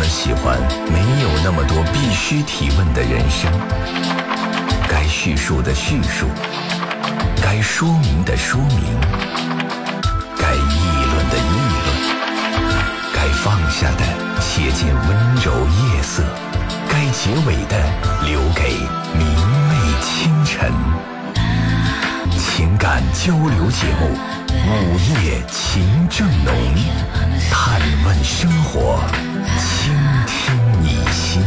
喜欢没有那么多必须提问的人生，该叙述的叙述，该说明的说明，该议论的议论，该放下的写进温柔夜色，该结尾的留给明媚清晨。情感交流节目《午夜情正浓》，探问生活，倾听你心。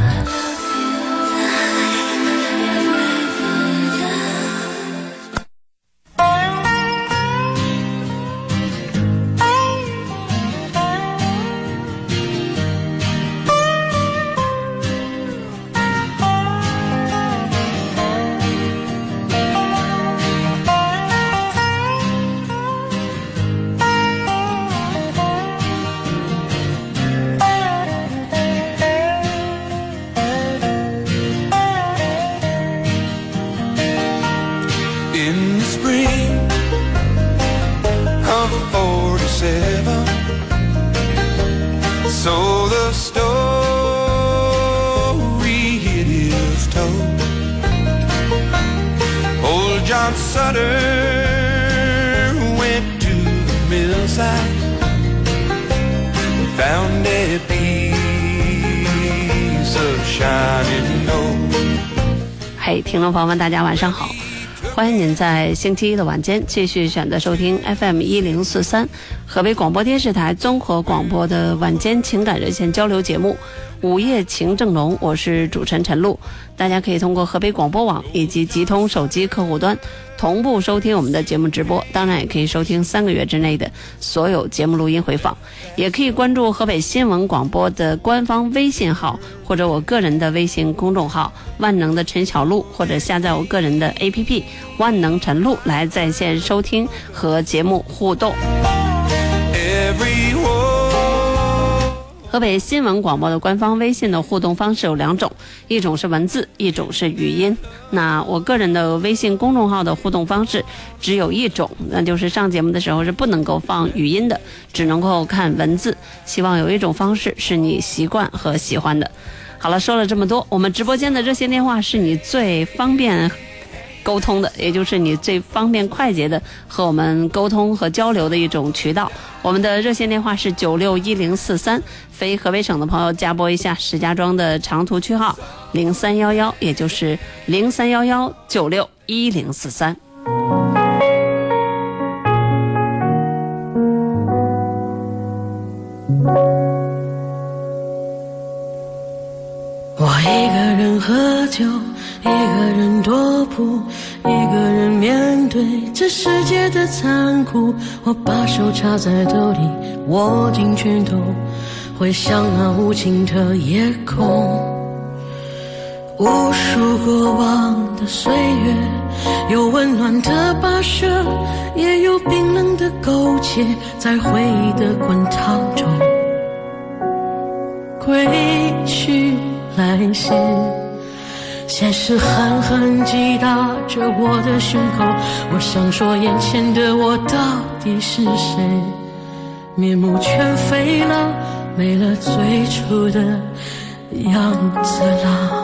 听众朋友们大家晚上好，欢迎您在星期一的晚间继续选择收听 FM1043 河北广播电视台综合广播的晚间情感热线交流节目午夜情正浓，我是主持人陈露。大家可以通过河北广播网以及集通手机客户端同步收听我们的节目直播，当然也可以收听3个月之内的所有节目录音回放，也可以关注河北新闻广播的官方微信号或者我个人的微信公众号万能的陈小璐，或者下载我个人的 APP 万能陈露来在线收听和节目互动。河北新闻广播的官方微信的互动方式有2种，一种是文字，一种是语音。那我个人的微信公众号的互动方式只有一种，那就是上节目的时候是不能够放语音的，只能够看文字。希望有一种方式是你习惯和喜欢的。好了，说了这么多，我们直播间的热线电话是你最方便沟通的，也就是你最方便快捷的和我们沟通和交流的一种渠道。我们的热线电话是961043，非河北省的朋友加拨一下石家庄的长途区号0311，也就是0311961043。 我一个人喝酒，一个人踱步，一个人面对这世界的残酷。我把手插在兜里，握紧拳头，回想那无尽的夜空。无数过往的岁月，有温暖的跋涉，也有冰冷的苟且，在回忆的滚烫中归去来兮，现实狠狠击打着我的胸口。我想说，眼前的我到底是谁？面目全非了，没了最初的样子了。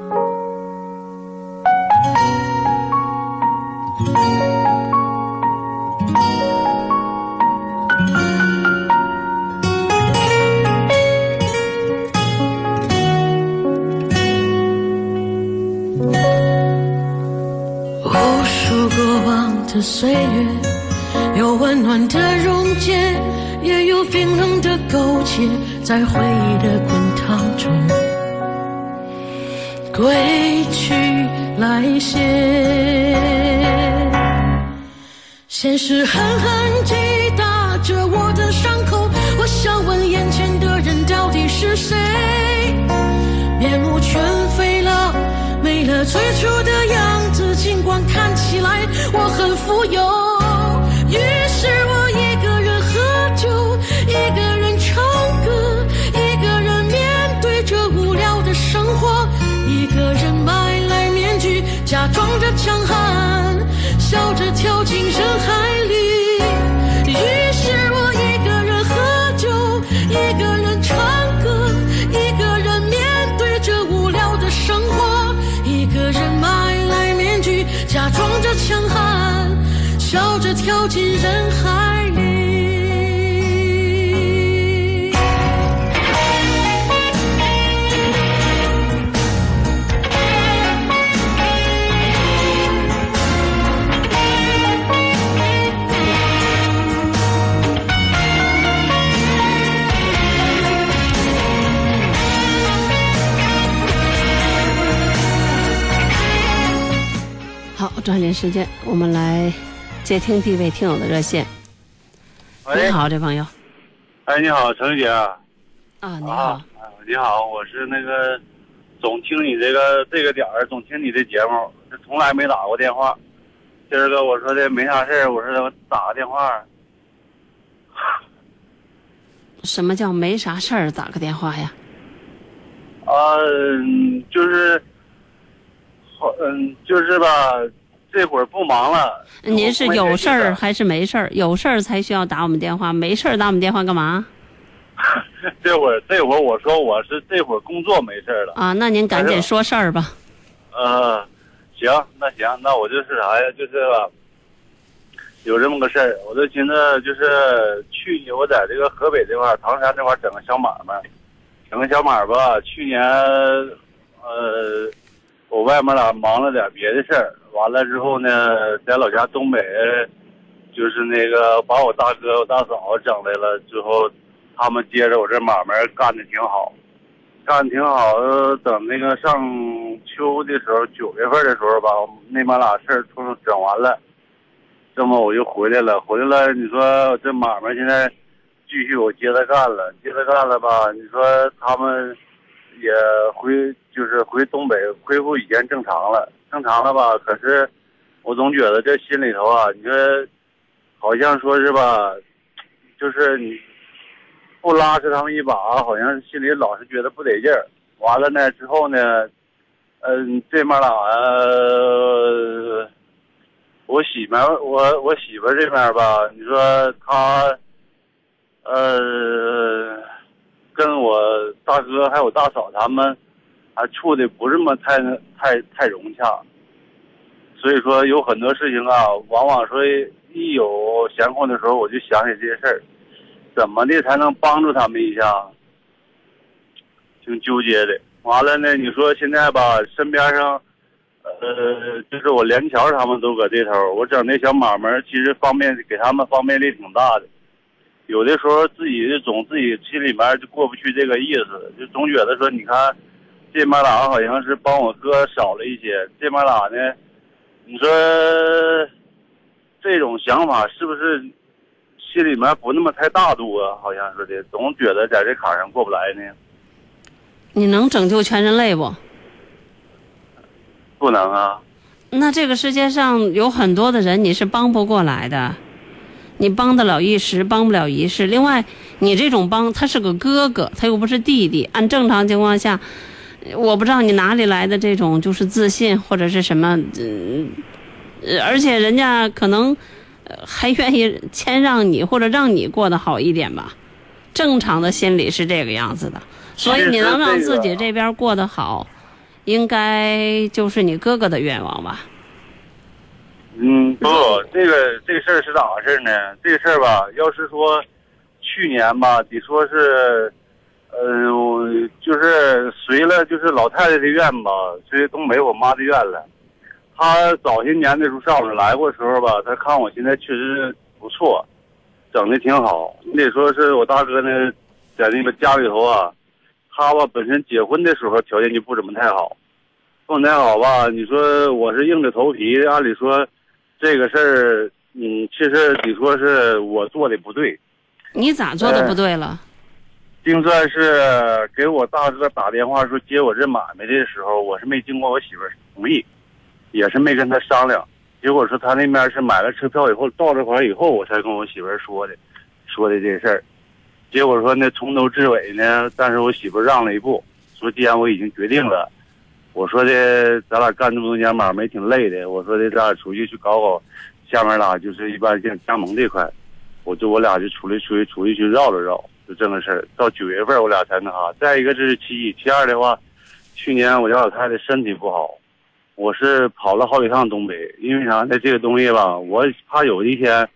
岁月有温暖的溶解，也有冰冷的苟且，在回忆的滚烫中归去来兮，现实狠狠击打着我的伤口。我想问，眼前的人到底是谁？面目全非了，没了最初的样子，尽管看起来我很富有。于是我一个人喝酒，一个人唱歌，一个人面对着无聊的生活，一个人买来面具，假装着强悍，笑着跳进人海里。于是我一个人喝酒，一个人唱歌，一个进人海里。 好，抓紧时间，我们来接听第一位听友的热线。 喂， 你好，这朋友。 哎，你好，程姐。 啊，你好。 你好，我是那个总听你这个点儿，总听你的节目，从来没打过电话。今儿个我说的没啥事儿，我说我打个电话。 什么叫没啥事儿打个电话呀？ 就是就是吧，这会儿不忙了。 您是有事儿还是没事儿？有事儿才需要打我们电话，没事儿打我们电话干嘛？ 这会儿我说我是这会儿工作没事儿了啊，那您赶紧说事儿吧。 行，那我就是啥呀？就是吧，有这么个事儿，我就寻思就是去年我在这个河北这块唐山这块整个小买卖，吧。去年我外面俩忙了点别的事儿，完了之后呢，在老家东北，就是那个把我大哥我大嫂整来了之后，他们接着我这买卖干的挺好。等那个上秋的时候，9月份的时候吧，那帮俩事儿整完了，这么我就回来了。你说这买卖现在继续我接着干了吧？你说他们也回东北恢复以前正常了吧？可是我总觉得这心里头啊，你说好像说是吧，就是你不拉扯他们一把，好像心里老是觉得不得劲儿。完了呢之后呢，这面俩我媳妇这边吧，你说她跟我大哥还有大嫂他们还处的不是那么太融洽，所以说有很多事情啊，往往说一有闲空的时候，我就想起这些事儿，怎么的才能帮助他们一下，挺纠结的。完了呢，你说现在吧，身边上就是我连桥他们都搁这头，我整那小买卖其实给他们方便力挺大的。有的时候自己心里面就过不去这个意思，就总觉得说，你看这边俩好像是帮我哥少了一些，这边俩呢，你说这种想法是不是心里面不那么太大度啊？好像是的，总觉得在这坎上过不来呢。 你能拯救全人类不？ 不能啊。 那这个世界上有很多的人你是帮不过来的，你帮得了一时，帮不了一世。另外，你这种帮，他是个哥哥，他又不是弟弟。按正常情况下，我不知道你哪里来的这种就是自信或者是什么，而且人家可能还愿意谦让你或者让你过得好一点吧。正常的心理是这个样子的，所以你能让自己这边过得好，应该就是你哥哥的愿望吧。 不，这个事儿是咋回事呢？这个事儿吧，要是说去年吧，得说是，我就是随了就是老太太的愿吧，随东北我妈的愿了。她早些年的时候上我这来过的时候吧，她看我现在确实不错，整的挺好。你得说是我大哥呢，在那个家里头啊，他吧本身结婚的时候条件就不怎么太好，吧？你说我是硬着头皮，按理说这个事儿，其实得说是我做的不对。 你咋做的不对了？ 就算是给我大哥打电话说接我这买卖的时候，我是没经过我媳妇儿同意，也是没跟他商量。结果说他那边是买了车票以后到这块儿以后，我才跟我媳妇儿说的这事儿。结果说呢，从头至尾呢，但是我媳妇儿让了一步，说既然我已经决定了，我说的咱俩干这么多年买卖挺累的，我说的咱俩出去搞下面俩就是一般像加盟这块，我俩就出去绕了绕，就这个事儿。到9月份我俩才那啥。再一个这是其一，其二的话，去年我家老太太身体不好，我是跑了好几趟东北，因为啥呢？这个东西吧，我怕有一天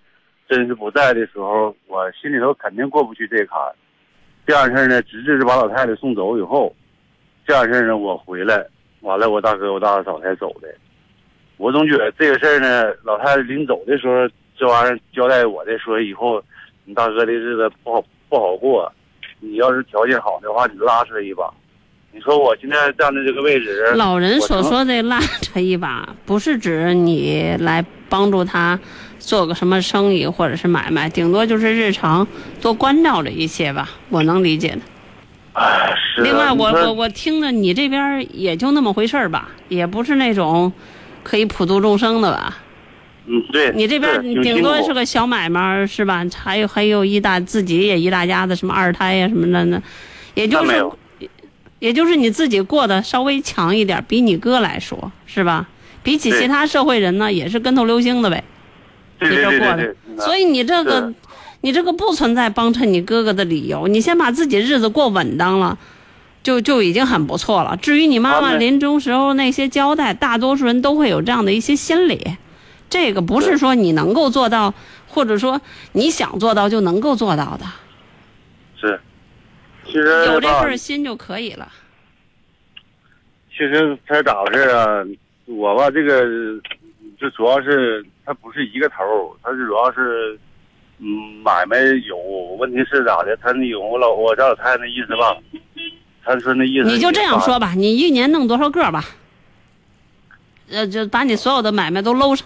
真是不在的时候，我心里头肯定过不去这坎。这样事儿呢，直至把老太太送走以后，这样事儿呢，我回来，完了我大哥我大嫂才走的。我总觉得这个事儿呢，老太太临走的时候，这玩意儿交代我的，说以后你大哥的日子不好过，你要是条件好的话，你拉扯一把。你说我现在站在这个位置， 老人所说的拉扯一把，不是指你来帮助他做个什么生意或者是买卖，顶多就是日常多关照着一些吧，我能理解的。 是。 另外，我听着你这边也就那么回事儿吧，也不是那种可以普度众生的吧？ 对。 你这边顶多是个小买卖是吧？还有自己也一大家子什么二胎呀什么的呢，也就是你自己过得稍微强一点，比你哥来说是吧？比起其他社会人呢，也是跟头流星的呗。 对你这过的，所以你这个不存在帮衬你哥哥的理由。你先把自己日子过稳当了，就已经很不错了。至于你妈妈临终时候那些交代，大多数人都会有这样的一些心理。这个不是说你能够做到，或者说你想做到就能够做到的。 是。其实有这份心就可以了。 其实才咋回事啊？我吧，这主要是它不是一个头，它是主要是，买卖有问题是咋的？他那有我家老太太那意思吧？他说那意思。 你就这样说吧，你一年弄多少个吧？就把你所有的买卖都搂上。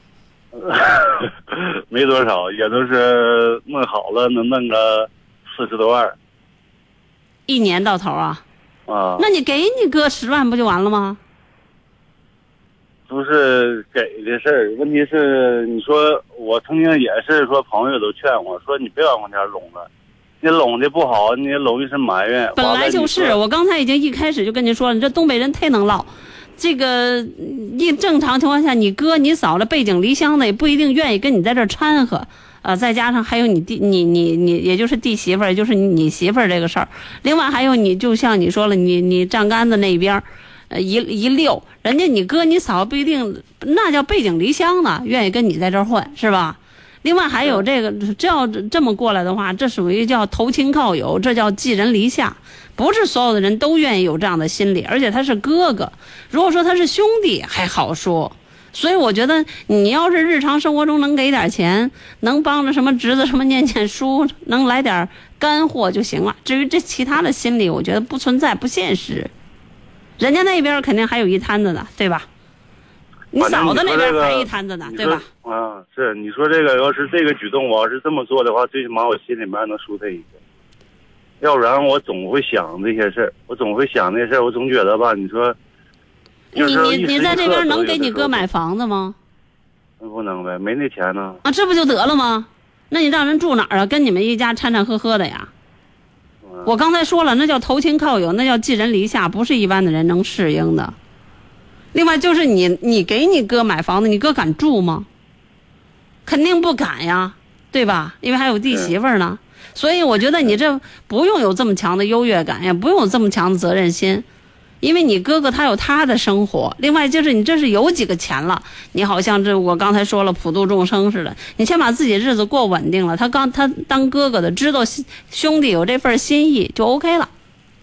没多少，也都是弄好了能弄个40多万。 一年到头啊？ 啊， 那你给你哥10万不就完了吗？ 不是给的事儿，问题是你说我曾经也是说朋友都劝我说你别往前拢了，你拢的不好，你拢一身埋怨。 本来就是，我刚才已经一开始就跟你说了，你这东北人忒能唠。这个一正常情况下，你哥你嫂子背井离乡的也不一定愿意跟你在这儿掺和。再加上还有你也就是弟媳妇儿，也就是你媳妇儿这个事儿。另外还有你，就像你说了，你站杆子那边，一溜，人家你哥你嫂不一定，那叫背井离乡呢，愿意跟你在这儿混，是吧？另外还有这个，这要这么过来的话，这属于叫投亲靠友，这叫寄人篱下。不是所有的人都愿意有这样的心理，而且他是哥哥，如果说他是兄弟还好说。所以我觉得你要是日常生活中能给点钱，能帮着什么侄子什么念书，能来点干货就行了。至于这其他的心理，我觉得不存在，不现实。人家那边肯定还有一摊子呢，对吧？你嫂子那边还一摊子呢，对吧？ 啊，是你说这个，要是这个举动，我要是这么做的话，最起码我心里面能舒坦一些。要不然我总会想这些事儿，我总觉得吧，你说。 你在这边能给你哥买房子吗？ 不能呗，没那钱呢。 啊，这不就得了吗？那你让人住哪儿啊？跟你们一家掺掺和和的呀。我刚才说了，那叫投亲靠友，那叫寄人篱下，不是一般的人能适应的。另外就是你给你哥买房子，你哥敢住吗？肯定不敢呀，对吧？因为还有弟媳妇儿呢。所以我觉得你这不用有这么强的优越感，也不用有这么强的责任心。因为你哥哥他有他的生活，另外就是你这是有几个钱了，你好像这我刚才说了普度众生似的，你先把自己日子过稳定了，他当哥哥的知道兄弟有这份心意就 OK 了。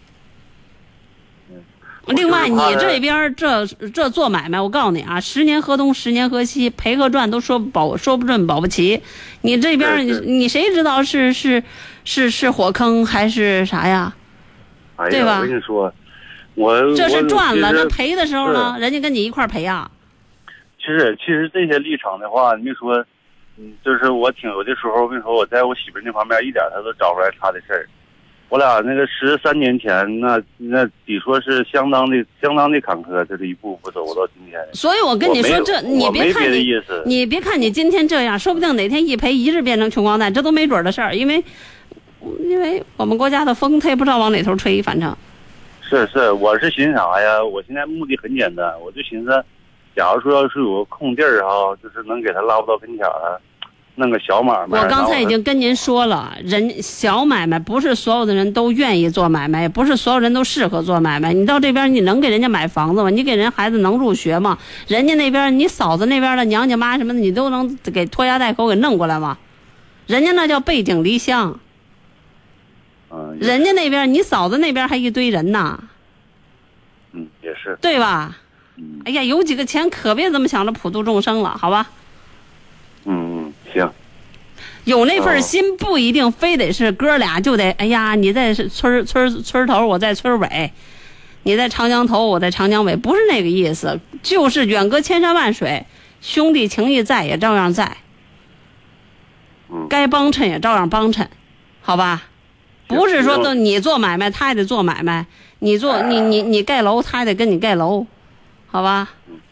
另外你这边这做买卖，我告诉你啊，10年河东10年河西，赔和赚都说不准保不齐。你这边你谁知道是火坑还是啥呀？对吧？ 我跟你说。 这是赚了，那赔的时候呢，人家跟你一块赔啊。 其实这些立场的话，你别说，就是我挺有的时候，我跟你说，我在我媳妇那旁边一点她都找不出来她的事儿。我俩那个13年前，那得说是相当的坎坷，这是一步步走到今天。 所以我跟你说，你别看你今天这样，说不定哪天一赔一日变成穷光蛋，这都没准的事儿。因为我们国家的风，他也不知道往哪头吹，反正。 是，我是寻啥呀？我现在目的很简单，我就寻思，假如说要是有个空地儿哈，就是能给他拉不到跟前儿，弄个小买卖。 我刚才已经跟您说了，小买卖不是所有的人都愿意做买卖，也不是所有人都适合做买卖。你到这边，你能给人家买房子吗？你给人孩子能入学吗？人家那边，你嫂子那边的娘家妈什么的，你都能给拖家带口给弄过来吗？ 人家那叫背井离乡。人家那边，你嫂子那边还一堆人呢。 也是。 对吧？哎呀，有几个钱可别这么想着普度众生了，好吧？ 行。 有那份心不一定非得是哥俩就得，哎呀，你在村头，我在村尾，你在长江头，我在长江尾，不是那个意思，就是远隔千山万水，兄弟情谊在也照样在，该帮衬也照样帮衬，好吧？不是说都你做买卖，他也得做买卖，你盖楼，他也得跟你盖楼，好吧？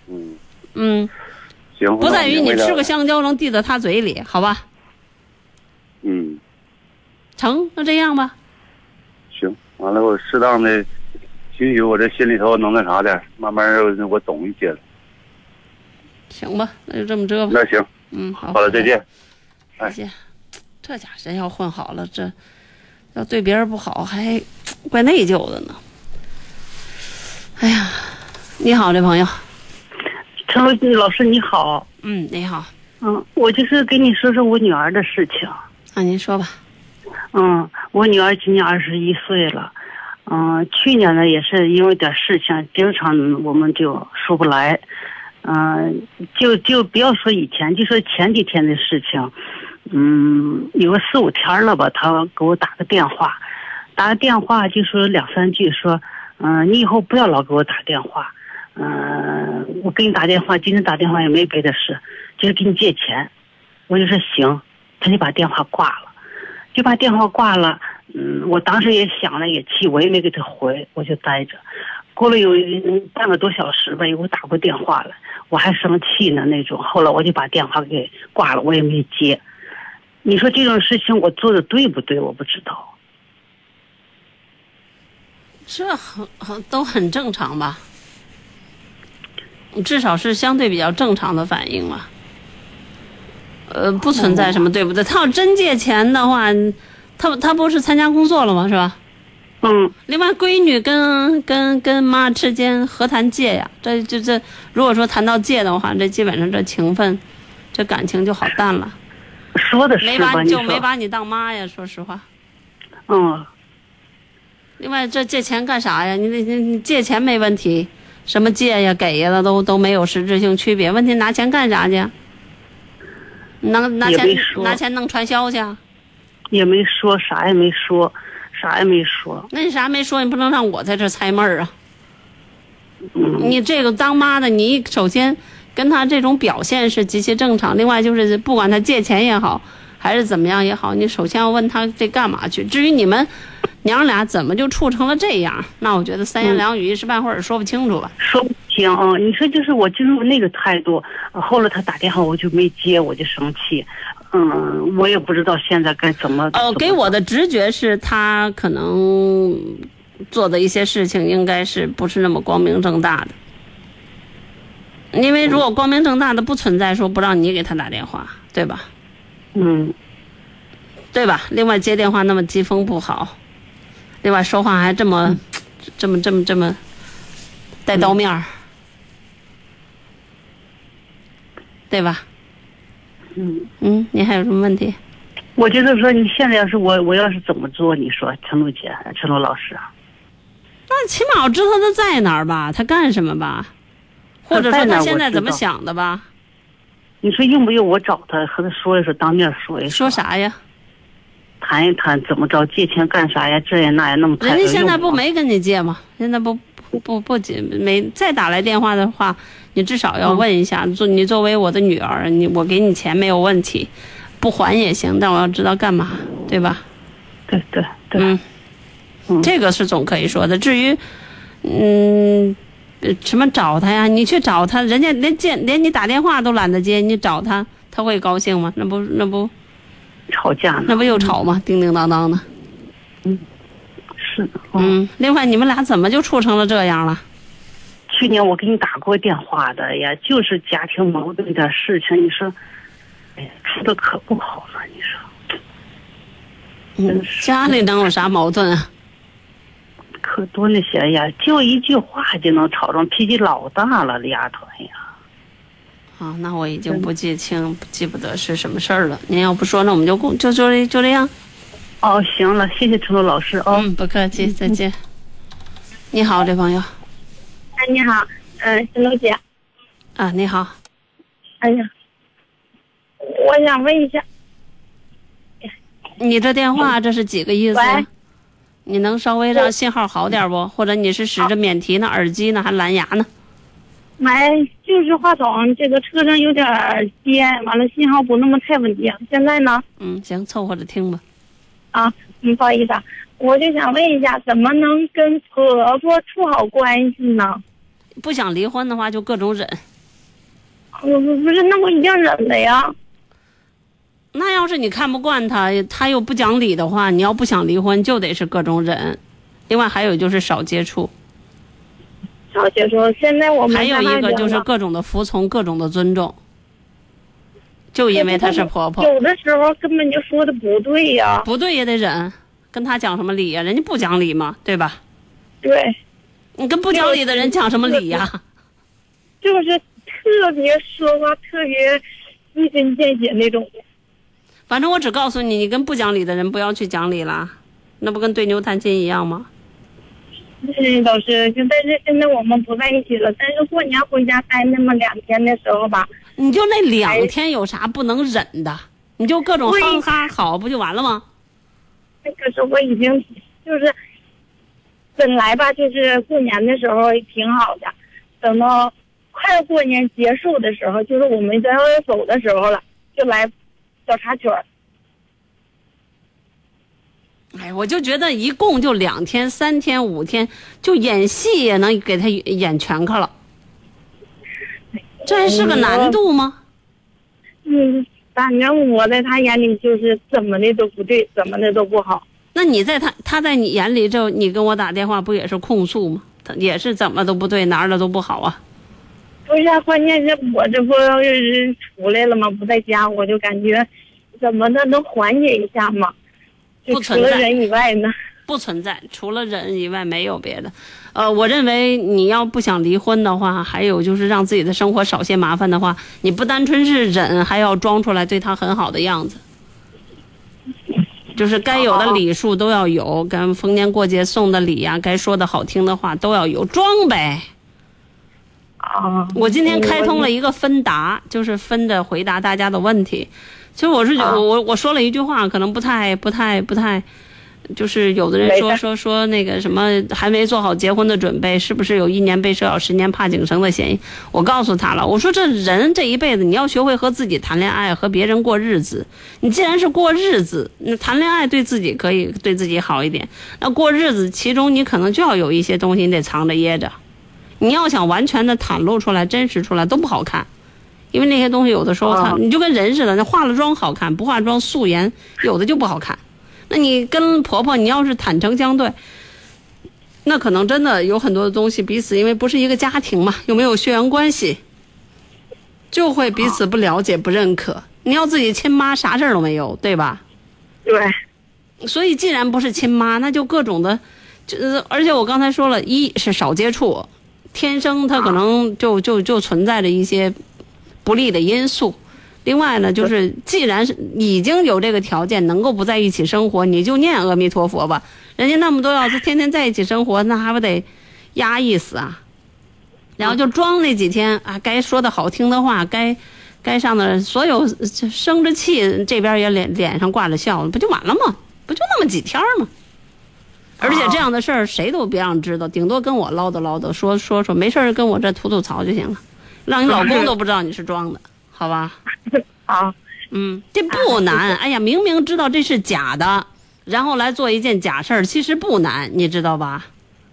行。 不在于你吃个香蕉能递到他嘴里，好吧？成，那这样吧。 行，完了我适当的兴许我这心里头能那啥点，慢慢我懂一些了。 行吧，那就这么着吧。 那行。 好了，再见。 再见。这家人要混好了，这要对别人不好，还怪内疚的呢。哎呀，你好，这朋友。 陈老师你好。 你好。 我就是跟你说说我女儿的事情。 您说吧。 我女儿今年21岁了。去年呢也是因为点事情，经常我们就说不来。就不要说以前，就说前几天的事情。有个4、5天了吧，她给我打个电话就说2、3句，说你以后不要老给我打电话。我给你打电话，今天打电话也没别的事，就是给你借钱。我就说行，他就把电话挂了。我当时也想了也气，我也没给他回，我就待着。过了有半个多小时吧，又给我打过电话来，我还生气呢那种。后来我就把电话给挂了，我也没接。你说这种事情我做的对不对？我不知道。 这都很正常吧？至少是相对比较正常的反应嘛。不存在什么对不对？他要真借钱的话，他不是参加工作了吗？是吧？另外，闺女跟妈之间何谈借呀？这如果说谈到借的话，这基本上这情分，这感情就好淡了。 说的是吧？ 没把你当妈呀，说实话。另外，这借钱干啥呀？你借钱没问题，什么借呀、给呀的都没有实质性区别。问题拿钱干啥去？拿钱弄传销去？ 也没说，啥也没说。 那你啥没说？你不能让我在这猜闷儿啊！你这个当妈的，你首先跟他这种表现是极其正常。另外就是不管他借钱也好，还是怎么样也好，你首先要问他这干嘛去。至于你们娘俩怎么就处成了这样，那我觉得三言两语一时半会儿说不清楚吧。 说不清你说就是我就是那个态度。后来他打电话我就没接，我就生气。我也不知道现在该怎么。 给我的直觉是他可能做的一些事情应该是不是那么光明正大的。因为如果光明正大的，不存在说不让你给他打电话，对吧？对吧？另外接电话那么机锋不好，另外说话还这么带刀面儿，对吧？你还有什么问题？ 我觉得说你现在要是我要是怎么做？你说陈露姐、陈露老师啊？ 那起码我知道他在哪儿吧，他干什么吧，或者说他现在怎么想的吧？ 你说用不用我找他和他说一说，当面说一说啥呀？ 谈一谈怎么着，借钱干啥呀？这呀那呀那么。 人家现在不没跟你借吗？现在不没再打来电话的话，你至少要问一下，你作为我的女儿，我给你钱没有问题，不还也行，但我要知道干嘛，对吧？ 对。 这个是总可以说的。至于什么找他呀？你去找他，人家连你打电话都懒得接，你找他，他会高兴吗？那不吵架呢？ 那不又吵吗？叮叮当当的。 是的。 另外你们俩怎么就处成了这样了？ 去年我给你打过电话的呀，就是家庭矛盾的事情，你说，哎呀，处的可不好了，你说。 家里能有啥矛盾啊？ 可多那些呀，就一句话就能吵成，脾气老大了，丫头呀。 啊，那我已经记不得是什么事儿了。您要不说，那我们就这样。 哦，行了，谢谢陈露老师哦。 不客气，再见。你好，这朋友。 哎，你好，陈露姐。 啊，你好。 哎呀，我想问一下， 你这电话这是几个意思？ 喂， 你能稍微让信号好点不？或者你是使着免提呢、耳机呢，还蓝牙呢？ 就是话筒这个车上有点颠，完了信号不那么太稳定。现在呢？ 行，凑合着听吧。 啊，不好意思啊，我就想问一下，怎么能跟婆婆处好关系呢？ 不想离婚的话，就各种忍。 不是，那我已经忍了呀。 那要是你看不惯他又不讲理的话，你要不想离婚，就得是各种忍。另外还有就是少接触。 少接触。现在我们还有一个就是各种的服从，各种的尊重。就因为她是婆婆， 有的时候根本就说的不对呀。 不对也得忍，跟他讲什么理呀？人家不讲理嘛，对吧？ 对。 你跟不讲理的人讲什么理呀？ 就是特别说话特别一针见血那种。 反正我只告诉你，你跟不讲理的人不要去讲理了，那不跟对牛弹琴一样吗？ 老师，但是现在我们不在一起了，但是过年回家待那么2天的时候吧， 你就那2天有啥不能忍的？你就各种哼哈好不就完了吗？ 可是我已经就是本来吧，就是过年的时候挺好的，等到快过年结束的时候，就是我们都要走的时候了，就来小插曲儿。 哎，我就觉得一共就2天、3天、5天，就演戏也能给他演全开了，这还是个难度吗？ 反正我在他眼里就是怎么的都不对，怎么的都不好。 那你在他在你眼里，就你跟我打电话不也是控诉吗？他也是怎么都不对，哪儿的都不好啊。 不是啊，关键是我这不是出来了吗？不在家，我就感觉怎么的能缓解一下嘛。就除了忍以外呢？ 不存在，除了忍以外没有别的。我认为你要不想离婚的话，还有就是让自己的生活少些麻烦的话，你不单纯是忍，还要装出来对他很好的样子。就是该有的礼数都要有，跟逢年过节送的礼呀，该说的好听的话都要有，装呗。我今天开通了一个分答，就是分着回答大家的问题。其实我说了一句话，可能不太，就是有的人说那个什么还没做好结婚的准备，是不是有1年被蛇咬10年怕井绳的嫌疑？我告诉他了，我说这人这一辈子你要学会和自己谈恋爱，和别人过日子。你既然是过日子，那谈恋爱对自己可以对自己好一点，那过日子其中你可能就要有一些东西你得藏着掖着，你要想完全的袒露出来、真实出来都不好看。因为那些东西有的时候你就跟人似的，那化了妆好看，不化妆素颜有的就不好看。那你跟婆婆你要是坦诚相对，那可能真的有很多的东西彼此因为不是一个家庭嘛，又没有血缘关系，就会彼此不了解不认可。你要自己亲妈啥事儿都没有，对吧？ 对。 所以既然不是亲妈，那就各种的而且我刚才说了，一是少接触，天生他可能就存在着一些不利的因素。另外呢，就是既然是已经有这个条件能够不在一起生活，你就念阿弥陀佛吧。人家那么多要是天天在一起生活，那还不得压抑死啊？然后就装那几天啊，该说的好听的话，该上的所有生着气，这边也脸上挂着笑，不就完了吗？不就那么几天吗？而且这样的事儿谁都别让知道，顶多跟我唠叨唠叨，说没事儿跟我这吐吐槽就行了，让你老公都不知道你是装的，好吧？ 好， 这不难。哎呀，明明知道这是假的，然后来做一件假事儿，其实不难，你知道吧？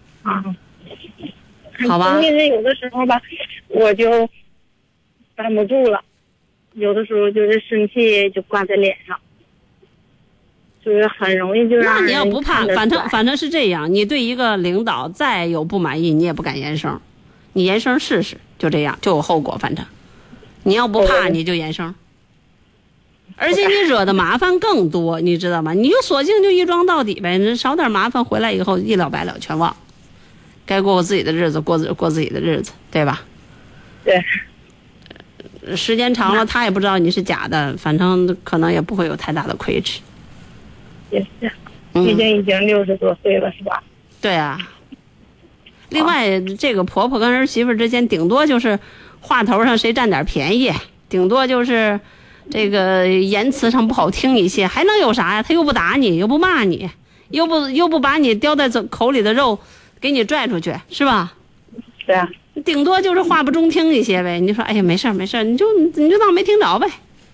好吧。 因为有的时候吧，我就担不住了，有的时候就是生气就挂在脸上。就是很容易就让人。 那你要不怕，反正是这样，你对一个领导再有不满意，你也不敢言声，你言声试试，就这样就有后果。反正你要不怕，你就言声，而且你惹的麻烦更多，你知道吗？你就索性就一装到底呗，少点麻烦，回来以后一了百了全忘，该过自己的日子，过自己的日子，对吧？ 对。 时间长了他也不知道你是假的，反正可能也不会有太大的亏吃。 也是，毕竟已经60多岁了，是吧？ 对啊。另外，这个婆婆跟儿媳妇之间，顶多就是话头上谁占点便宜，顶多就是这个言辞上不好听一些，还能有啥呀？他又不打你，又不骂你，又不把你叼在口里的肉给你拽出去，是吧？ 对啊。 顶多就是话不中听一些呗。你说，哎呀，没事没事，你就当没听着呗。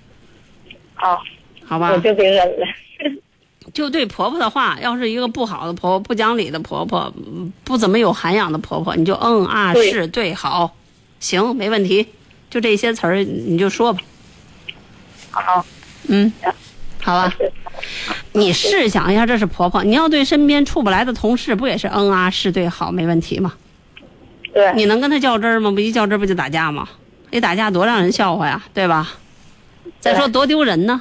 好吧。 我就给忍了。 就对婆婆的话，要是一个不好的婆婆、不讲理的婆婆、不怎么有涵养的婆婆，你就是对好，行，没问题，就这些词儿你就说吧。 好。 好吧。你试想一下，这是婆婆，你要对身边处不来的同事，不也是是对好，没问题吗？ 对。 你能跟他较真儿吗？不一较真儿不就打架吗？一打架多让人笑话呀，对吧？再说多丢人呢。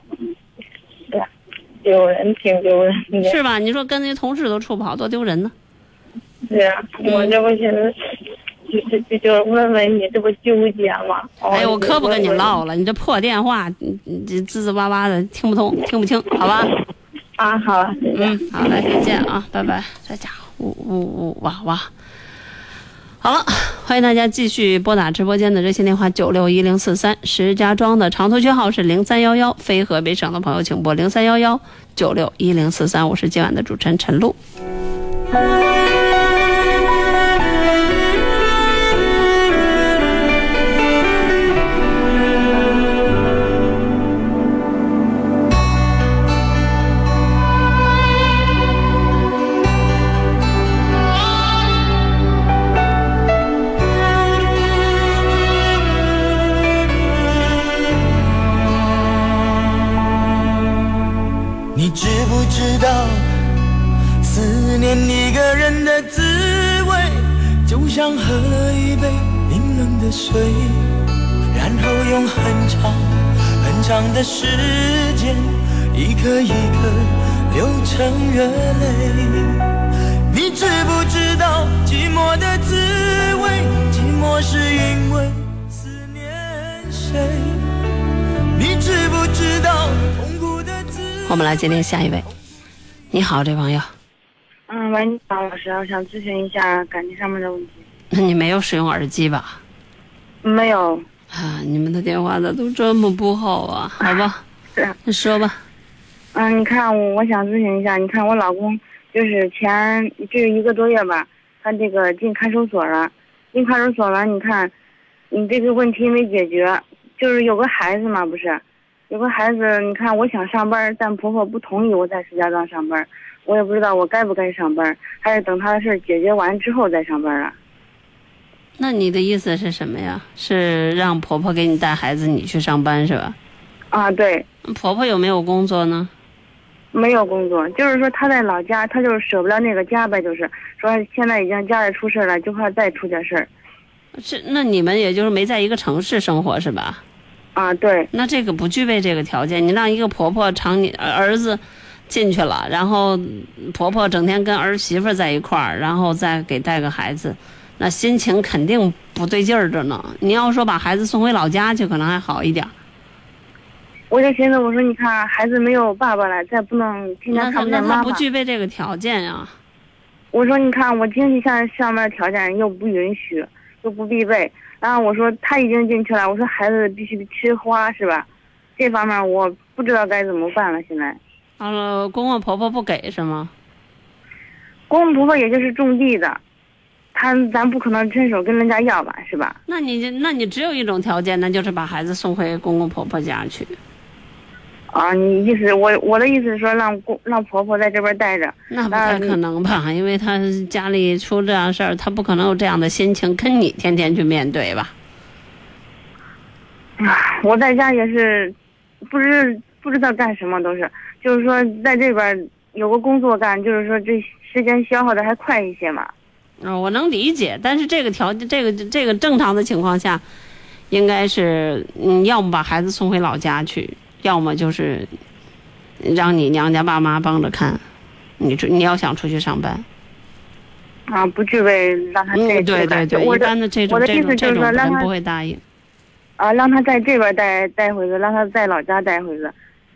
丢人，挺丢人的， 是吧？你说跟那同事都处不好，多丢人呢。 对啊，我这不现在就是问问你，这不纠结吗？ 哎，我可不跟你唠了，你这破电话，你吱吱哇哇的，听不通，听不清，好吧？ 好，好， 来，再见啊，拜拜。这家伙，呜呜呜哇哇。好了，欢迎大家继续拨打直播间的热线电话961043，石家庄的长途区号是0311，非河北省的朋友请拨0311961043，我是今晚的主持人陈露。 你知不知道，思念一个人的滋味，就像喝了一杯冰冷的水，然后用很长很长的时间，一颗一颗流成热泪。你知不知道寂寞的滋味，寂寞是因为思念谁？你知不知道痛苦的滋味。 我们来接听下一位。你好，这朋友。 喂，你好，老师，我想咨询一下感情上面的问题。 你没有使用耳机吧？ 没有。 啊，你们的电话咋都这么不好啊？好吧， 是。 你说吧。 你看我想咨询一下，你看我老公就是1个多月吧，他这个进看守所了，你看，你这个问题没解决，就是有个孩子嘛，不是？有个孩子，你看我想上班，但婆婆不同意我在石家庄上班，我也不知道我该不该上班，还是等他的事解决完之后再上班啊。 那你的意思是什么呀？是让婆婆给你带孩子，你去上班是吧？ 啊，对。 婆婆有没有工作呢？ 没有工作，就是说她在老家，她就是舍不得那个家呗，就是说现在已经家里出事了，就怕再出点事儿。 那你们也就是没在一个城市生活是吧？ 啊，对。 那这个不具备这个条件，你让一个婆婆儿子进去了，然后婆婆整天跟儿媳妇在一块儿，然后再给带个孩子，那心情肯定不对劲儿着呢。你要说把孩子送回老家去，可能还好一点。 我就寻思，我说你看孩子没有爸爸了，再不能天天看不见妈妈。 那他不具备这个条件呀。 我说你看我经济上面条件又不允许，又不必备。然后我说他已经进去了，我说孩子必须吃花是吧？这方面我不知道该怎么办了。现在， 公公婆婆不给是吗？ 公公婆婆也就是种地的，咱不可能伸手跟人家要吧，是吧？ 那你只有一种条件，那就是把孩子送回公公婆婆家去。 啊，你意思我的意思是说让婆婆在这边待着。 那不太可能吧？因为她家里出这样事儿，她不可能有这样的心情跟你天天去面对吧？ 我在家也是，不知道干什么，都是就是说在这边有个工作干，就是说这时间消耗的还快一些嘛。 我能理解，但是这个条件，这个正常的情况下，应该是要么把孩子送回老家去，要么就是让你娘家爸妈帮着看，你要想出去上班。 不具备让他这对，一般的这种不会答应。 让他在这边待会子，让他在老家待会子。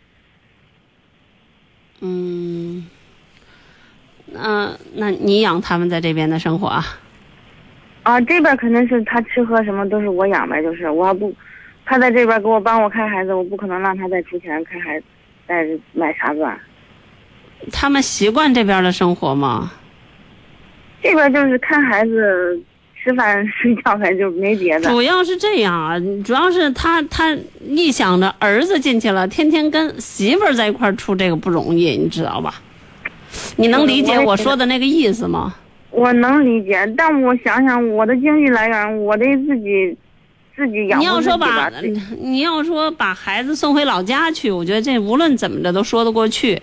那你养他们在这边的生活啊？ 这边肯定是他吃喝什么都是我养呗，就是我要不，他在这边给我帮我看孩子，我不可能让他再出钱看孩子，再买啥子。 他们习惯这边的生活吗？ 这边就是看孩子、吃饭、睡觉，还就没别的。 主要是这样啊，主要是他一想着儿子进去了，天天跟媳妇儿在一块儿处，这个不容易，你知道吧？你能理解我说的那个意思吗？ 我能理解，但我想想我的经济来源，我得自己养活自己吧。 你要说把孩子送回老家去，我觉得这无论怎么着都说得过去。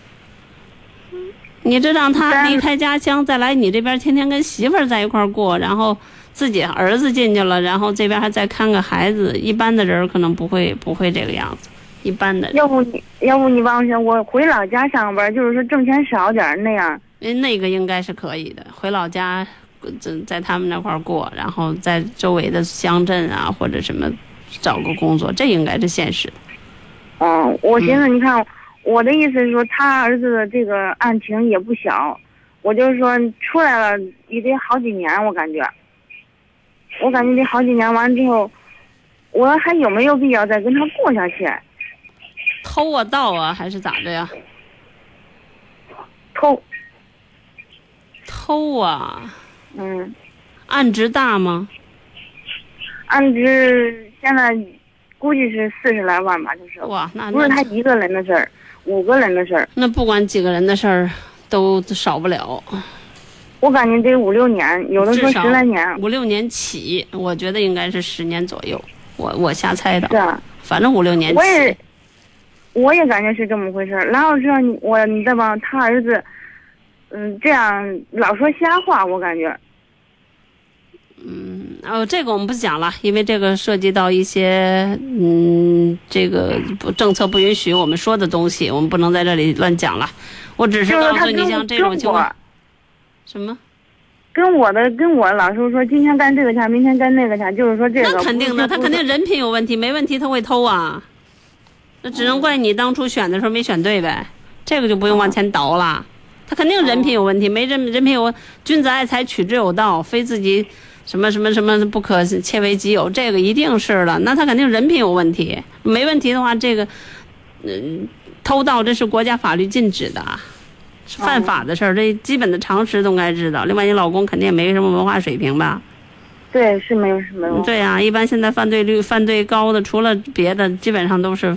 你这让他离开家乡再来你这边，天天跟媳妇儿在一块儿过，然后自己儿子进去了，然后这边还再看个孩子，一般的人可能不会这个样子。一般的人要不你帮我回老家上班，就是说挣钱少点那样。 那个应该是可以的，回老家在他们那块儿过，然后在周围的乡镇啊或者什么找个工作，这应该是现实的。 我寻思你看，我的意思是说他儿子的这个案情也不小，我就是说出来了也得好几年，我感觉得好几年，完之后我还有没有必要再跟他过下去？ 偷啊盗啊还是咋着呀？偷啊。案值大吗？ 案值现在估计是40来万吧，就是。 哇，那不是他一个人的事儿，5个人的事儿。 那不管几个人的事儿都少不了。 我感觉得5、6年，有的说10来年。 5、6年起，我觉得应该是10年左右。我瞎猜的。 是啊。 反正5、6年起。 我也感觉是这么回事儿。然后知道你再帮他儿子，这样老说瞎话，我感觉。 这个我们不讲了，因为这个涉及到一些这个政策不允许我们说的东西，我们不能在这里乱讲了。我只是告诉你，像这种情况。什么？ 跟我老师说，今天干这个去，明天干那个去，就是说这个。 那肯定的，他肯定人品有问题，没问题他会偷啊。那只能怪你当初选的时候没选对呗，这个就不用往前倒了。他肯定人品有问题，没人品有君子爱财，取之有道，非自己什么不可窃为己有，这个一定是的。那他肯定人品有问题，没问题的话，这个偷盗这是国家法律禁止的，犯法的事儿，这基本的常识都该知道。另外，你老公肯定也没什么文化水平吧？ 对，是没有什么。 对啊，一般现在犯罪高的，除了别的，基本上都是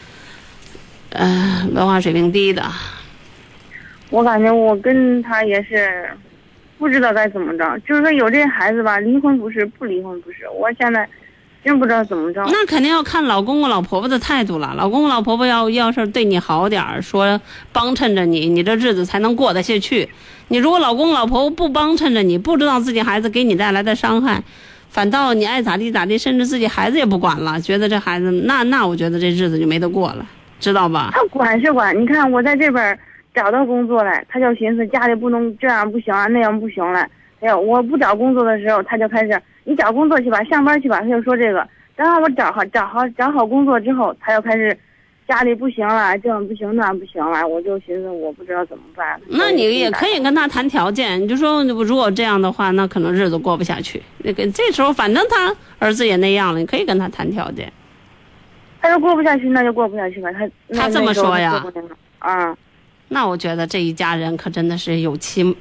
文化水平低的。 我感觉我跟他也是不知道该怎么着，就是说有这孩子吧，离婚不是，不离婚不是，我现在真不知道怎么着。 那肯定要看老公公老婆婆的态度了。老公公老婆婆要是对你好点儿，说帮衬着你，你这日子才能过得下去。你如果老公老婆婆不帮衬着你，不知道自己孩子给你带来的伤害，反倒你爱咋地咋地，甚至自己孩子也不管了，觉得这孩子那我觉得这日子就没得过了，知道吧？ 他管是管，你看我在这边找到工作了，他就寻思家里不能这样不行啊，那样不行了。哎呀，我不找工作的时候，他就开始你找工作去吧，上班去吧，他就说这个。然后我找好工作之后，他又开始家里不行了，这样不行那不行了，我就寻思我不知道怎么办。 那你也可以跟他谈条件，你就说如果这样的话，那可能日子过不下去。那个这时候反正他儿子也那样了，你可以跟他谈条件。 他说过不下去，那就过不下去吧。他这么说呀？ 那我觉得这一家人可真的是有妻，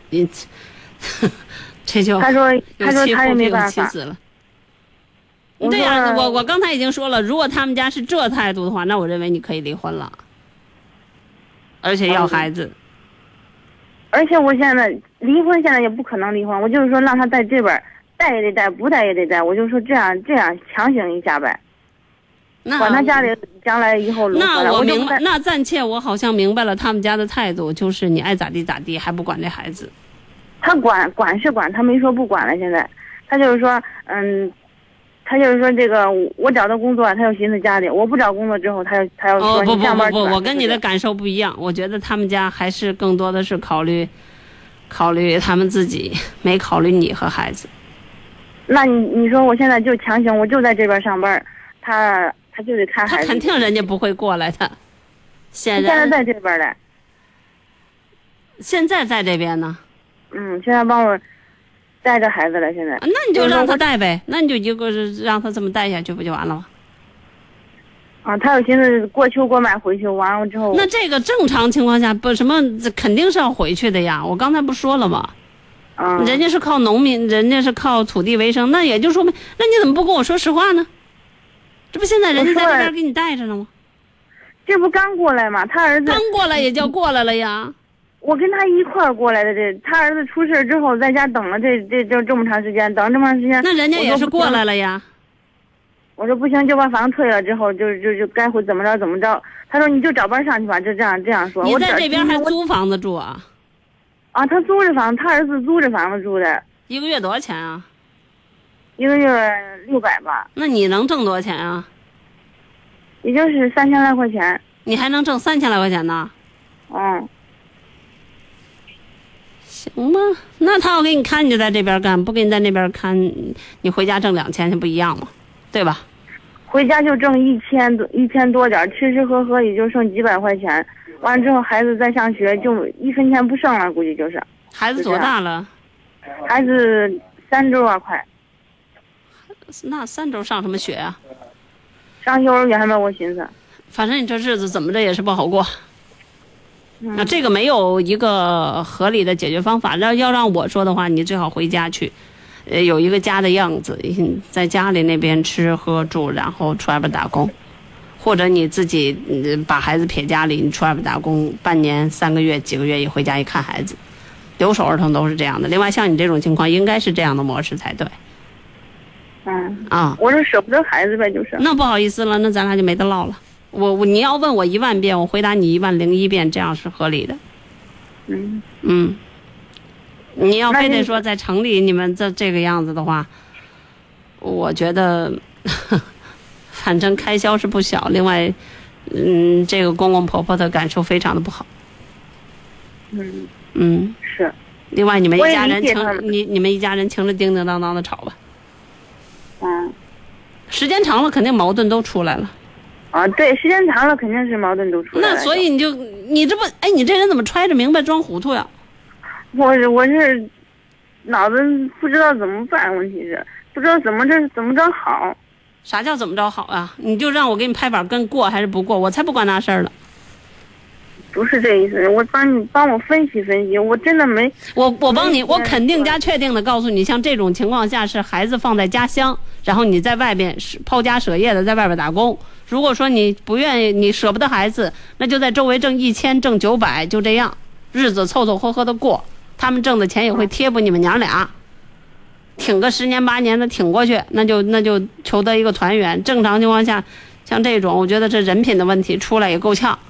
这就他说他也没办法。对呀，我刚才已经说了，如果他们家是这态度的话，那我认为你可以离婚了，而且要孩子。 而且我现在离婚，现在也不可能离婚，我就是说让他在这边带也得带，不带也得带，我就说这样强行一下呗。管他家里将来以后如何了。 那我明白，那暂且我好像明白了他们家的态度，就是你爱咋地咋地，还不管这孩子。 他管是管，他没说不管了。现在他就是说，他就是说这个我找到工作，他又寻思家里；我不找工作之后，他要说你上班去吧。 我跟你的感受不一样。我觉得他们家还是更多的是考虑他们自己，没考虑你和孩子。 那你说我现在就强行，我就在这边上班。 他就得看孩子。 他肯定人家不会过来的。现在在这边嘞。 现在在这边呢。 现在帮我带着孩子了。现在。 那你就让他带呗，那你就一个是让他这么带下去不就完了吗？ 他有寻思过秋过满回去，完了之后。 那这个正常情况下不什么肯定是要回去的呀。我刚才不说了吗？人家是靠农民，人家是靠土地为生，那也就说明，那你怎么不跟我说实话呢？这不现在人家在那边给你带着呢吗？ 这不刚过来吗？他儿子刚过来也叫过来了呀。 我跟他一块儿过来的，他儿子出事之后在家等了这么长时间，等这么长时间。 那人家也是过来了呀。 我说不行，就把房退了之后，就该会怎么着怎么着。他说你就找班上去吧，就这样说。 你在这边还租房子住啊？ 他租着房，他儿子租着房子住的。 一个月多少钱啊？ 一个月600吧。 那你能挣多少钱啊？ 也就是3000来块钱。 你还能挣3000来块钱呢？行吧，那他要给你看，你就在这边干；不给你在那边看，你回家挣2000，不一样吗？对吧？ 回家就挣1000多点，吃喝喝也就剩几百块钱。完了之后，孩子再上学就1分钱不剩了，估计就是。 孩子多大了？ 孩子3周啊，快。 那3周上什么学啊？ 上幼儿园吧，我寻思。 反正你这日子怎么着也是不好过。那这个没有一个合理的解决方法。要让我说的话，你最好回家去，有一个家的样子，在家里那边吃喝住，然后出外边打工，或者你自己把孩子撇家里，你出外边打工半年、3个月、几个月，一回家一看孩子，留守儿童都是这样的。另外，像你这种情况，应该是这样的模式才对。 我是舍不得孩子呗，就是。 那不好意思了，那咱俩就没得唠了。你要问我10000遍，我回答你10001遍，这样是合理的。你要非得说在城里你们这个样子的话，我觉得反正开销是不小。另外，这个公公婆婆的感受非常的不好。 是。 另外，你们一家人你们一家人情着叮叮当当的吵吧。时间长了，肯定矛盾都出来了。 对，时间长了肯定是矛盾都出来了。 那所以你这不，你这人怎么揣着明白装糊涂呀？ 我是脑子不知道怎么办，问题是不知道怎么着好。 啥叫怎么着好啊？你就让我给你拍板跟过还是不过，我才不管那事儿了。 不是这意思，我帮我分析分析，我真的没。 我帮你，我肯定加确定的告诉你，像这种情况下是孩子放在家乡，然后你在外边抛家舍业的在外边打工。如果说你不愿意，你舍不得孩子，那就在周围挣1000，挣900，就这样，日子凑凑合合的过。他们挣的钱也会贴补你们娘俩，挺个10年8年的挺过去，那就求得一个团圆。正常情况下，像这种，我觉得这人品的问题出来也够呛。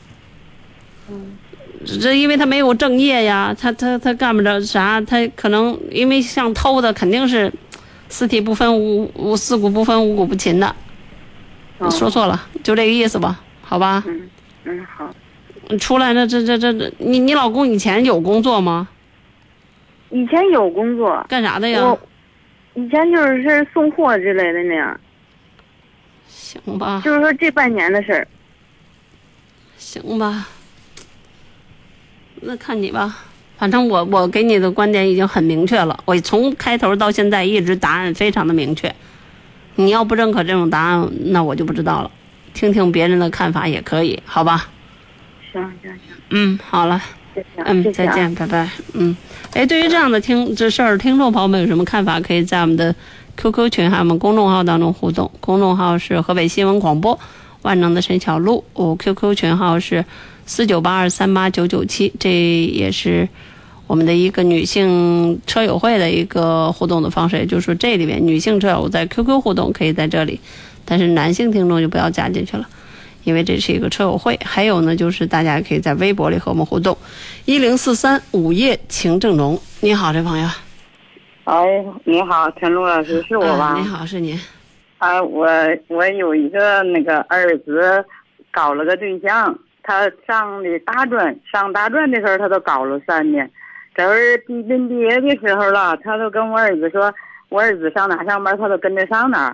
这因为他没有正业呀，他干不着啥，他可能因为像偷的肯定是四体不分四骨不分五骨不勤的。说错了，就这个意思吧，好吧？ 好。 出来这你老公以前有工作吗？ 以前有工作。 干啥的呀？ 我以前就是送货之类的那样。 行吧。 就是说这半年的事儿。 行吧。那看你吧，反正我给你的观点已经很明确了，我从开头到现在一直答案非常的明确。你要不认可这种答案，那我就不知道了，听听别人的看法也可以，好吧？ 行。 好了。再见，拜拜。对于这样的这事儿，听众朋友们有什么看法？可以在我们的 QQ 群还有我们公众号当中互动。公众号是河北新闻广播，万能的沈小璐。QQ 群号是4982389997，这也是我们的一个女性车友会的一个互动的方式，也就是说这里面女性车友在 QQ 互动可以在这里，但是男性听众就不要加进去了，因为这是一个车友会。还有呢，就是大家可以在微博里和我们互动。1043午夜情正浓，你好，这朋友。 你好，陈露老师，是我吧？ 你好，是您。 我有一个儿子搞了个对象，他上大专的时候他都搞了3年，这会毕业的时候了，他都跟我儿子说，我儿子上哪上班他都跟着上哪儿。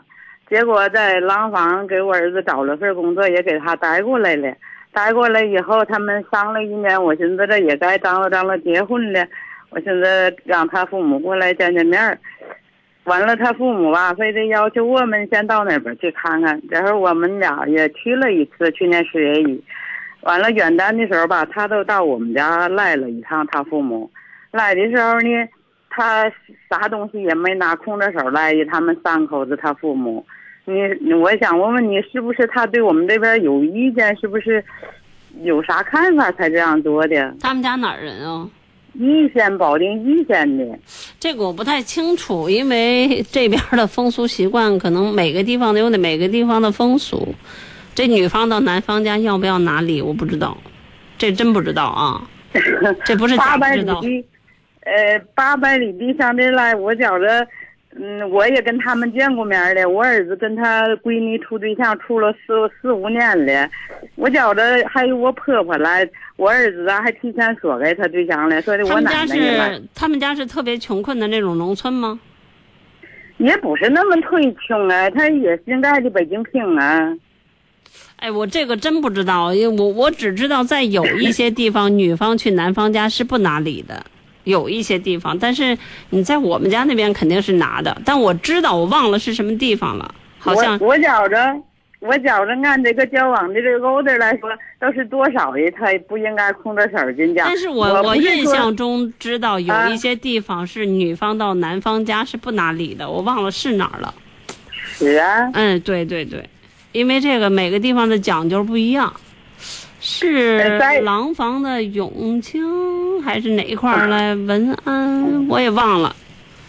结果在廊坊给我儿子找了份工作，也给他带过来了。带过来以后，他们商了1年，我寻思这也该张罗结婚了，我寻思让他父母过来见面。完了，他父母吧，非得要求我们先到那边去看看。这会儿我们俩也去了一次，去年10月1。完了元旦的时候吧，他都到我们家来了一趟，他父母来的时候呢，他啥东西也没拿，空着手来的。他们3口子，他父母。我想问问你，是不是他对我们这边有意见？是不是有啥看法才这样做的？ 他们家哪儿人啊？ 易县，保定易县的。 这个我不太清楚，因为这边的风俗习惯可能每个地方有每个地方的风俗。这女方到男方家要不要拿礼，我不知道，这真不知道啊。这不是假不知道。800里地上这来，我觉着。我也跟他们见过面了。我儿子跟他闺女处对象处了4、5年了。我觉着还有我婆婆来，我儿子还提前说给他对象了，说的我奶奶也来。 他们家是特别穷困的那种农村吗？ 也不是那么忒穷啊，他也现在的北京平啊。 哎，我这个真不知道，因为我只知道在有一些地方，女方去男方家是不拿礼的。有一些地方，但是你在我们家那边肯定是拿的，但我知道我忘了是什么地方了，好像我觉着按这个交往的这个勾子来说，都是多少的，他不应该空着手进家。 但是我印象中知道有一些地方是女方到男方家是不拿礼的，我忘了是哪儿了。 是啊。 对对对，因为这个每个地方的讲究不一样。是廊坊的永清还是哪块儿来文安，我也忘了。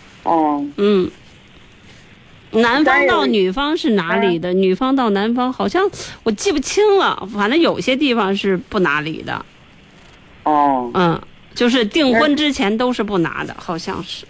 男方到女方是哪里的？女方到男方好像我记不清了，反正有些地方是不拿礼的。就是订婚之前都是不拿的，好像是。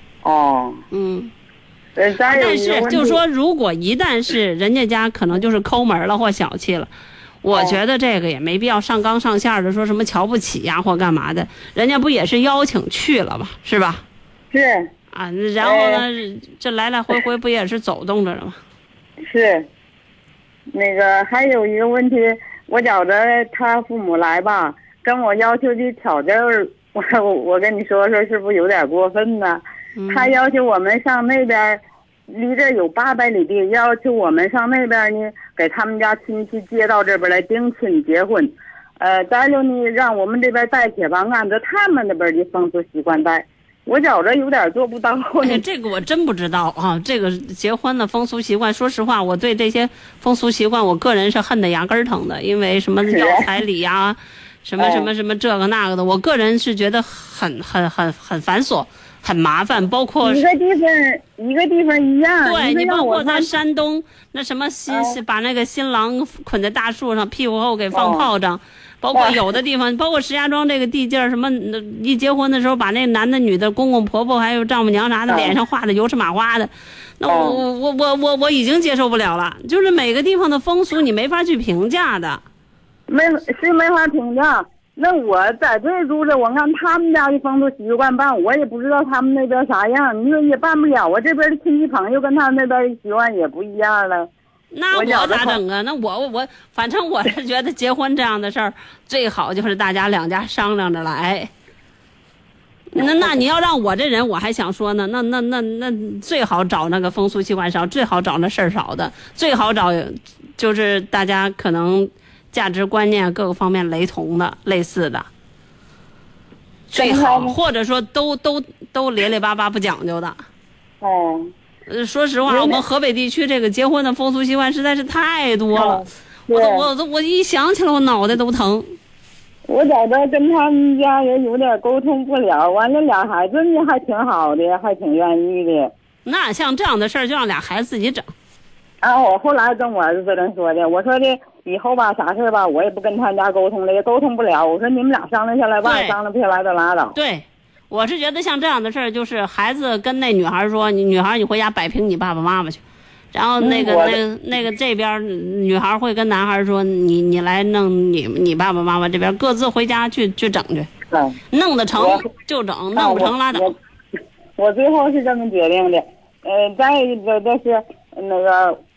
但是就是说，如果一旦是人家家可能就是抠门了或小气了。我觉得这个也没必要上纲上线的说什么瞧不起呀或干嘛的，人家不也是邀请去了吗？是吧？ 是啊，然后呢，这来来回回不也是走动着了吗？ 是。那个还有一个问题，我觉着他父母来吧，跟我要求的条件，我跟你说是不是有点过分呢？他要求我们上那边。离这有800里地，要求我们上那边呢，给他们家亲戚接到这边来定亲结婚，再有呢，让我们这边带铁房按照他们那边的风俗习惯带，我觉着有点做不到。 这个我真不知道啊，这个结婚的风俗习惯，说实话，我对这些风俗习惯，我个人是恨得牙根疼的，因为什么要彩礼呀，什么这个那个的，我个人是觉得很繁琐。很麻烦，包括一个地方一样。 对，你包括在山东那什么把那个新郎捆在大树上，屁股后给放炮仗，包括有的地方，包括石家庄这个地界儿，什么一结婚的时候把那男的女的公公婆婆还有丈母娘啥的脸上画的油赤马花的，那我已经接受不了了。就是每个地方的风俗你没法去评价的， 没法评价。那我在这儿住着，我按他们家的风俗习惯办，我也不知道他们那边啥样，你说也办不了。我这边的亲戚朋友跟他们那边的习惯也不一样了。 那我咋整啊？那我反正我是觉得结婚这样的事儿，最好就是大家两家商量着来。那你要让我这人，我还想说呢，那最好找那个风俗习惯少，最好找那事儿少的，最好找就是大家可能。价值观念各个方面雷同的类似的最好，或者说都咧咧巴巴不讲究的。说实话，我们河北地区这个结婚的风俗习惯实在是太多了，我一想起来我脑袋都疼。 我觉着跟他们家也有点沟通不了，完了俩孩子呢还挺好的，还挺愿意的。 那像这样的事儿就让俩孩子自己整。 我后来跟我儿子这么说的，我说的以后吧啥事吧我也不跟他家沟通了，也沟通不了，我说你们俩商量下来吧，商量不下来就拉倒。 对，我是觉得像这样的事儿，就是孩子跟那女孩说，女孩你回家摆平你爸爸妈妈去，然后那个这边女孩会跟男孩说，你来弄你爸爸妈妈这边各自回家去整去，弄得成就整，弄不成拉倒。 我最后是这么决定的。再一个就是那个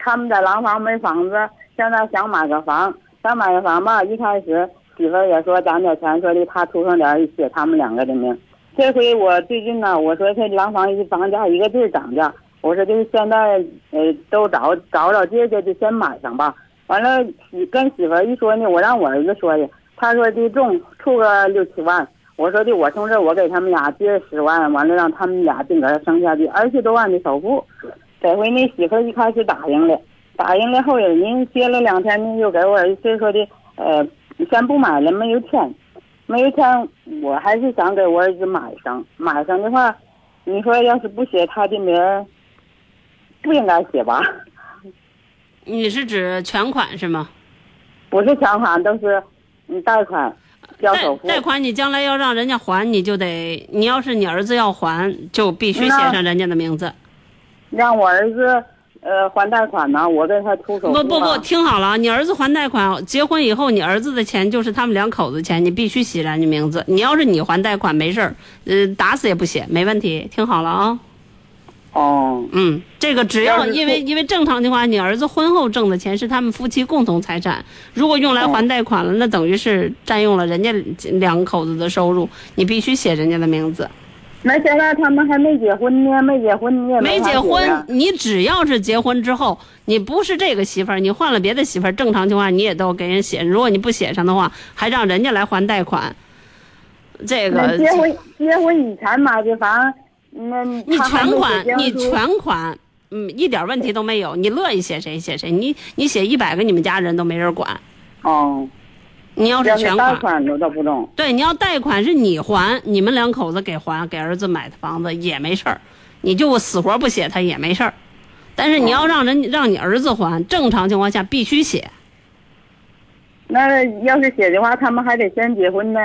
他们在廊坊没房子，现在想买个房吧。一开始媳妇儿也说攒点钱，说的他出生点写他们两个的名。这回我最近呢，我说这廊坊一房价一个劲涨价，我说就是现在都找姐姐就先买上吧。完了跟媳妇儿一说呢，我让我儿子说的，他说的出个6、7万。我说的我从这我给他们俩借10万，完了让他们俩自个儿剩下的20多万的首付。这回那媳妇儿一开始答应了，后人呢歇了2天呢，又给我儿子说的先不买了，没有钱，我还是想给我儿子买上的话，你说要是不写他的名儿，不应该写吧？ 你是指全款是吗？ 不是全款，都是贷款交首付。 贷款你将来要让人家还，你就得，你要是你儿子要还，就必须写上人家的名字。 让我儿子还贷款呢，我给他出手。 不，听好了，你儿子还贷款，结婚以后你儿子的钱就是他们2口子钱，你必须写人家名字。你要是你还贷款没事儿，打死也不写，没问题。听好了啊。 哦。 这个只要因为正常的话，你儿子婚后挣的钱是他们夫妻共同财产，如果用来还贷款了，那等于是占用了人家2口子的收入，你必须写人家的名字。 那现在他们还没结婚呢，没结婚， 你只要是结婚之后，你不是这个媳妇儿，你换了别的媳妇儿，正常情况你也都给人写。如果你不写上的话，还让人家来还贷款，这个结婚以前买的房， 你全款，一点问题都没有，你乐意写谁写谁，你写100个，你们家人都没人管。 哦。 你要是全款都不中。 对，你要贷款是你还，你们2口子给还，给儿子买的房子也没事儿，你就死活不写他也没事儿。但是你要让你儿子还，正常情况下必须写。 那要是写的话，他们还得先结婚呢。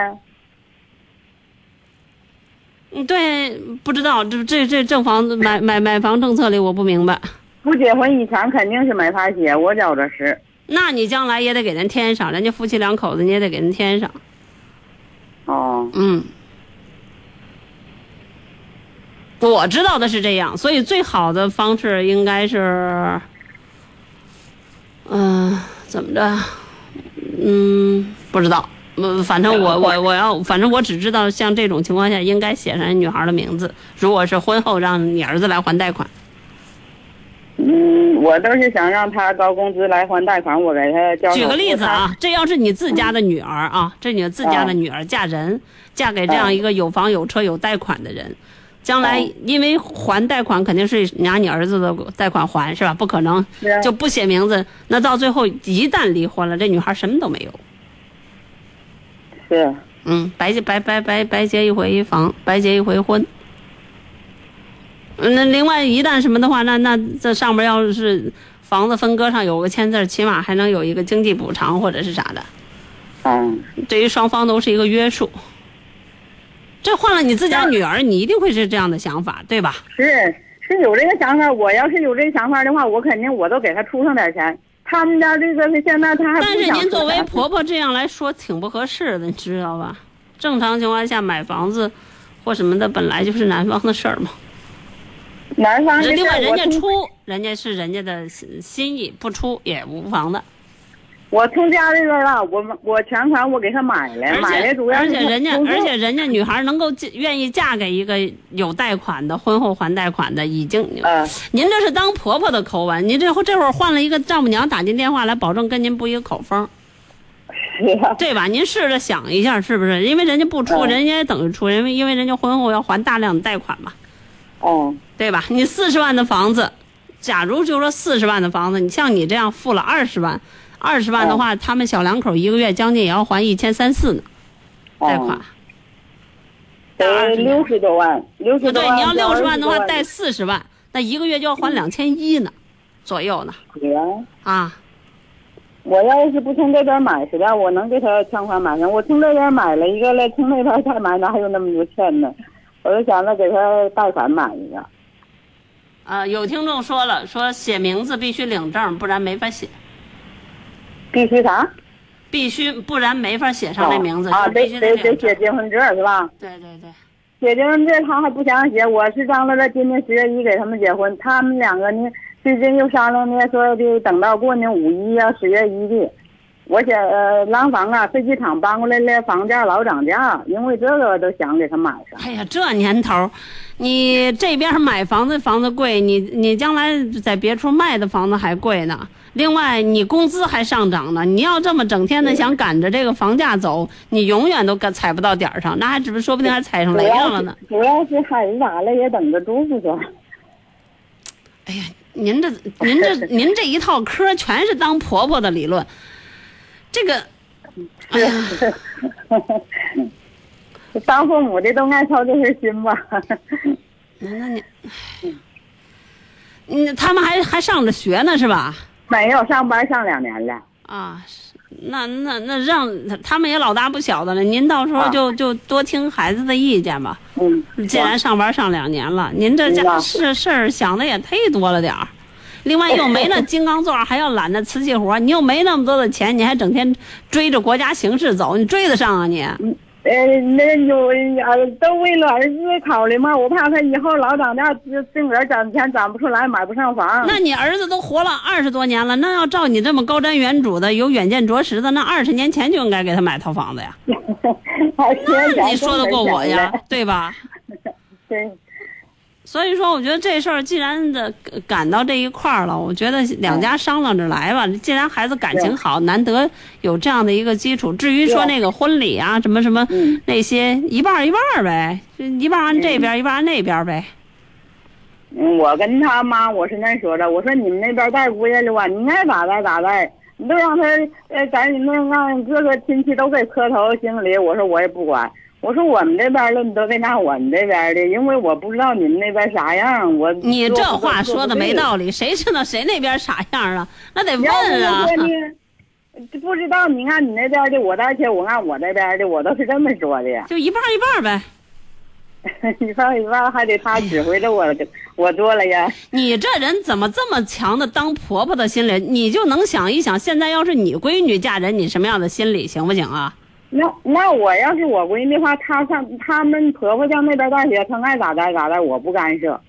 对，不知道这正房子买房政策里我不明白。 不结婚以前肯定是没法写，我觉着是。 那你将来也得给人添上，人家夫妻2口子你也得给人添上。 哦。 我知道的是这样，所以最好的方式应该是，怎么着？不知道。反正反正我只知道，像这种情况下应该写上女孩的名字。如果是婚后让你儿子来还贷款。 我都是想让他高工资来还贷款，我给他交。 举个例子啊，这要是你自家的女儿啊，这你自家的女儿嫁给这样一个有房有车有贷款的人，将来因为还贷款肯定是拿你儿子的贷款还，是吧？不可能就不写名字，那到最后一旦离婚了，这女孩什么都没有。 是。 白结一回房，白结一回婚。那另外一旦什么的话，那这上面要是房子分割上有个签字，起码还能有一个经济补偿或者是啥的。对于双方都是一个约束。这换了你自家女儿，你一定会是这样的想法，对吧？ 是有这个想法。我要是有这个想法的话，我肯定我都给他出上点钱。他们家这个现在他还不想。但是您作为婆婆这样来说挺不合适的，你知道吧？正常情况下买房子或什么的本来就是男方的事儿嘛。 男方另外人家出，人家是人家的心意，不出也无妨的。 我从家里边了，我全款我给他买了，买了主要是。 而且人家女孩能够愿意嫁给一个有贷款的，婚后还贷款的，已经。您这是当婆婆的口吻，您这会儿换了一个丈母娘打进电话来，保证跟您不一个口风。对吧？您试着想一下，是不是？因为人家不出，人家也等于出，因为人家婚后要还大量的贷款嘛。对吧？你40万的房子，假如就说40万的房子，你像你这样付了20万，20万的话，他们小2口一个月将近也要还1300-1400呢，贷款。 60多万，60多万。 对，你要60万的话，贷40万，那一个月就要还2100呢，左右呢。 我要是不从这边买是吧，我能给他全款买上。我从这边买了一个了，从那边再买哪还有那么多钱呢？我就想着给他贷款买一个。 有听众说了，说写名字必须领证，不然没法写。 必须啥？ 必须，不然没法写上这名字。 得写结婚证是吧？ 对。写结婚证他还不想写，我是张罗着今年10月1给他们结婚，他们2个呢， 最近又商量呢，说的等到过年5·1呀，10月1的，我想廊坊啊，飞机场搬过来了，房价老涨价，因为这个都想给他买上。 哎呀，这年头，你这边买房子贵，你将来在别处卖的房子还贵呢。另外，你工资还上涨呢。你要这么整天的想赶着这个房价走，你永远都踩不到点儿上，那还说不定还踩上雷上了呢。 主要是孩子咋了也等着住不着。 哎呀，您这一套嗑全是当婆婆的理论，这个，哎呀， 当父母的都爱操这份心吧。 那你，他们还上着学呢是吧？ 没有，上班上2年了。 啊，那让他们也老大不小的了，您到时候就多听孩子的意见吧。既然上班上2年了，您这家事儿想的也忒多了点儿。另外又没那金刚钻，还要揽着瓷器活，你又没那么多的钱，你还整天追着国家形势走，你追得上啊你？ 那有都为了儿子考虑嘛，我怕他以后老涨价，自个儿攒钱攒不出来，买不上房。 那你儿子都活了20多年了，那要照你这么高瞻远瞩的、有远见卓识的，那20年前就应该给他买套房子呀。那你说得过我呀，对吧？ 对。 所以说，我觉得这事儿既然赶到这一块儿了，我觉得两家商量着来吧。既然孩子感情好，难得有这样的一个基础。至于说那个婚礼啊，什么什么那些，一半一半呗，一半按这边，一半按那边呗。 我跟他妈我是那说的，我说你们那边带姑爷了吧，你爱咋带咋带，你都让他赶紧让各个亲戚都给磕头行礼。我说我也不管。我说我们这边的你都得拿我们这边的，因为我不知道你们那边啥样。 你这话说的没道理，谁知道谁那边啥样啊？那得问啊。 不知道你按你那边的，而且我按我这边的，我都是这么说的。 就一半一半呗。 一半一半还得他指挥着我做了呀。 你这人怎么这么强的当婆婆的心理？你就能想一想，现在要是你闺女嫁人，你什么样的心理，行不行啊？ 那我要是我闺女的话，他们婆婆上那边大学，她爱咋带咋带，我不干涉。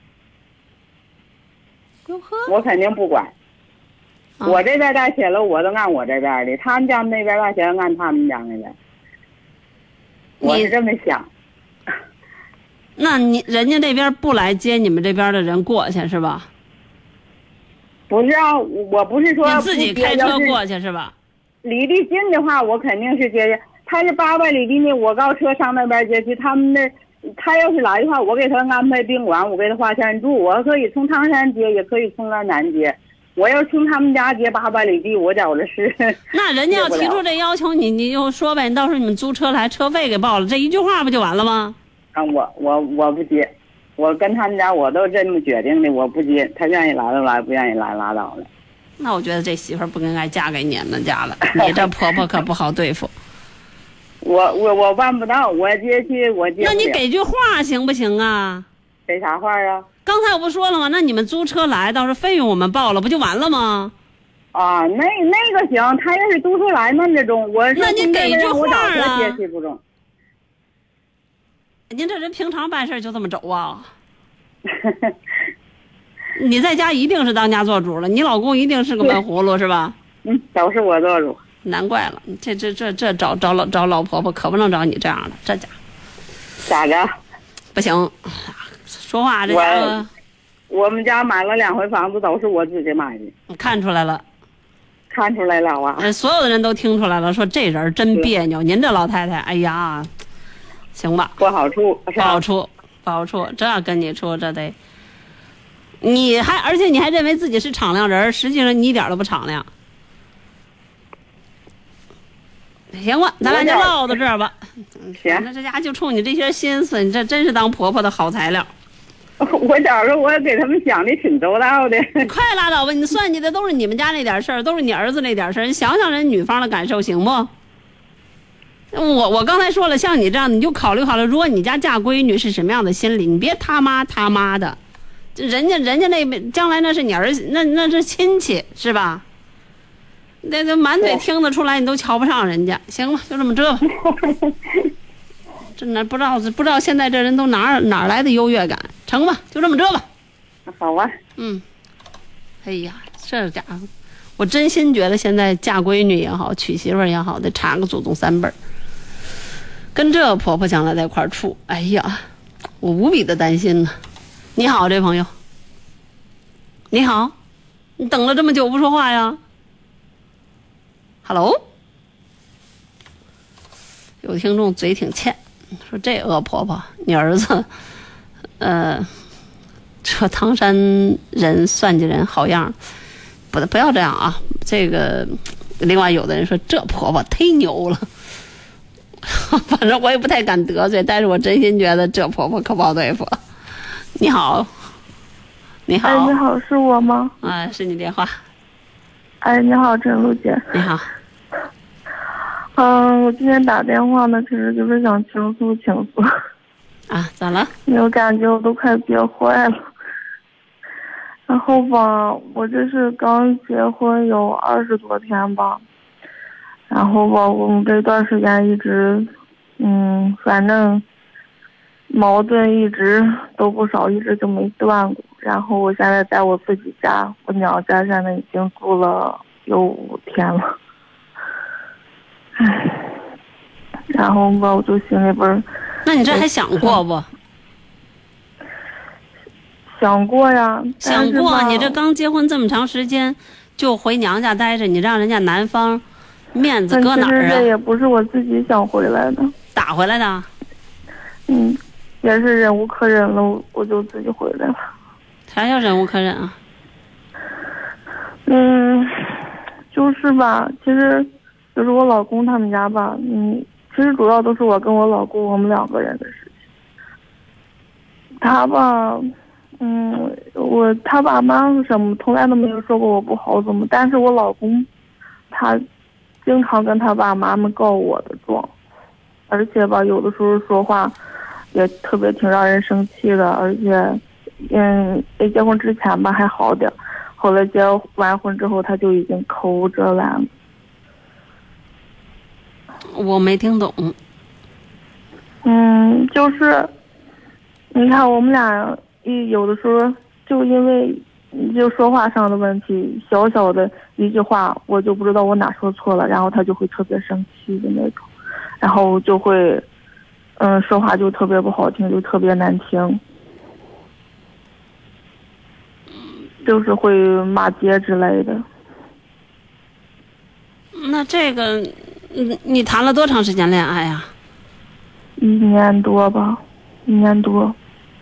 我肯定不管。我这边大学了，我都按我这边的；他们家那边大学按他们家那边。我是这么想。 那人家那边不来接你们这边的人过去是吧？ 不是啊，我不是说你自己开车过去是吧？ 离得近的话，我肯定是接。他是800里地呢，我高车上那边接去。他要是来的话，我给他安排宾馆，我给他花钱住。我可以从唐山接，也可以从安南接。我要从他们家接800里地，我觉着是。那人家要提出这要求，你就说呗，到时候你们租车来，车费给报了，这一句话不就完了吗？ 啊，我不接，我跟他们家我都这么决定的，我不接。他愿意来就来，不愿意来拉倒了。 那我觉得这媳妇不应该嫁给你们家了，你这婆婆可不好对付。 我办不到，我接去我接。 那你给句话行不行啊？ 给啥话啊？ 刚才我不说了吗？那你们租车来，到时候费用我们报了，不就完了吗？ 啊，那个行，他要是租出来那就中。 那你给句话啊？ 接去不中。 您这人平常办事就这么走啊？你在家一定是当家做主了，你老公一定是个闷葫芦是吧？ 都是我做主。 难怪了，这找老婆婆可不能找你这样的，这家咋着？ 不行，说话这家伙。 我们家买了2回房子，都是我自己买的。 看出来了。 看出来了啊！ 所有的人都听出来了，说这人真别扭。您这老太太，哎呀，行吧？ 不好处， 不好处，不好处，这跟你处这得。而且你还认为自己是敞亮人，实际上你一点都不敞亮。行吧，咱俩就唠到这儿吧。 行， 那这家就冲你这些心思，你这真是当婆婆的好材料。 我觉着我给他们想的挺周到的。 你快拉倒吧！你算计的都是你们家那点事儿，都是你儿子那点事儿。你想想人女方的感受行不？我刚才说了，像你这样的，你就考虑好了，如果你家嫁闺女是什么样的心理，你别他妈的，人家那边将来那是你儿子，那是亲戚是吧？那满嘴听得出来，你都瞧不上人家，行吧？就这么折吧。真的不知道现在这人都哪来的优越感？成吧？就这么折吧。 好啊。 哎呀，这家伙，我真心觉得现在嫁闺女也好，娶媳妇也好，得查个祖宗3辈，跟这婆婆将来在一块处，哎呀，我无比的担心呢。你好，这朋友。你好，你等了这么久不说话呀 ？Hello， 有听众嘴挺欠，说这恶婆婆，你儿子，这唐山人、算计人好样，不要这样啊！这个，另外有的人说这婆婆忒牛了，反正我也不太敢得罪，但是我真心觉得这婆婆可不好对付。你好，你好， 哎，你好，是我吗？ 哎，是你电话。 哎，你好，陈露姐。 你好。 我今天打电话呢，其实就是想倾诉。 啊，咋了？ 我感觉我都快憋坏了。然后吧，我这是刚结婚有20多天吧，然后吧，我们这段时间一直，反正矛盾一直都不少，一直就没断过。然后我现在在我自己家，我娘家现在已经住了有5天了。然后吧，我就心里边， 那你这还想过不？ 想过呀， 想过。你这刚结婚这么长时间，就回娘家待着，你让人家男方面子搁哪儿啊？ 这也不是我自己想回来的， 打回来的。 也是忍无可忍了，我就自己回来了。 啥叫忍无可忍啊？ 就是吧，其实就是我老公他们家吧，其实主要都是我跟我老公我们2个人的事情。他吧，他爸妈什么从来都没有说过我不好怎么，但是我老公他经常跟他爸妈们告我的状，而且吧有的时候说话也特别挺让人生气的，而且没结婚之前吧还好点，后来结完婚之后他就已经口无遮拦了。 我没听懂。 就是你看我们俩有的时候就因为就说话上的问题，小小的一句话我就不知道我哪说错了，然后他就会特别生气的那种，然后就会说话就特别不好听，就特别难听，就是会骂街之类的。 那这个你谈了多长时间恋爱呀 ？1年多吧，1年多。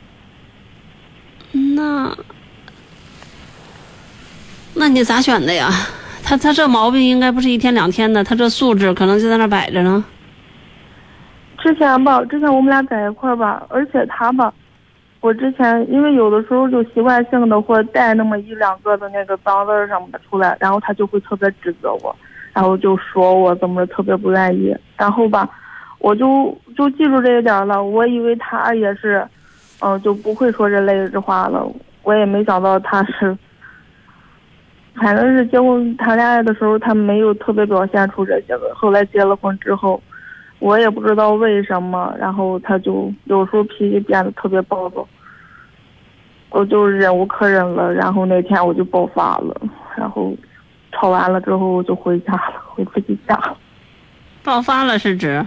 那你咋选的呀？他这毛病应该不是1天2天的，他这素质可能就在那摆着呢。 之前我们俩在一块儿吧，而且他吧，我之前因为有的时候就习惯性的会带那么1、2个的那个脏字什么的出来，然后他就会特别指责我，然后就说我怎么特别不愿意，然后吧，我就记住这一点了。我以为他也是，就不会说这类的话了。我也没想到他是，反正是结婚谈恋爱的时候他没有特别表现出这些个，后来结了婚之后，我也不知道为什么，然后他就有时候脾气变得特别暴躁，我就忍无可忍了，然后那天我就爆发了，然后吵完了之后我就回家了，回自己家了。 爆发了是指？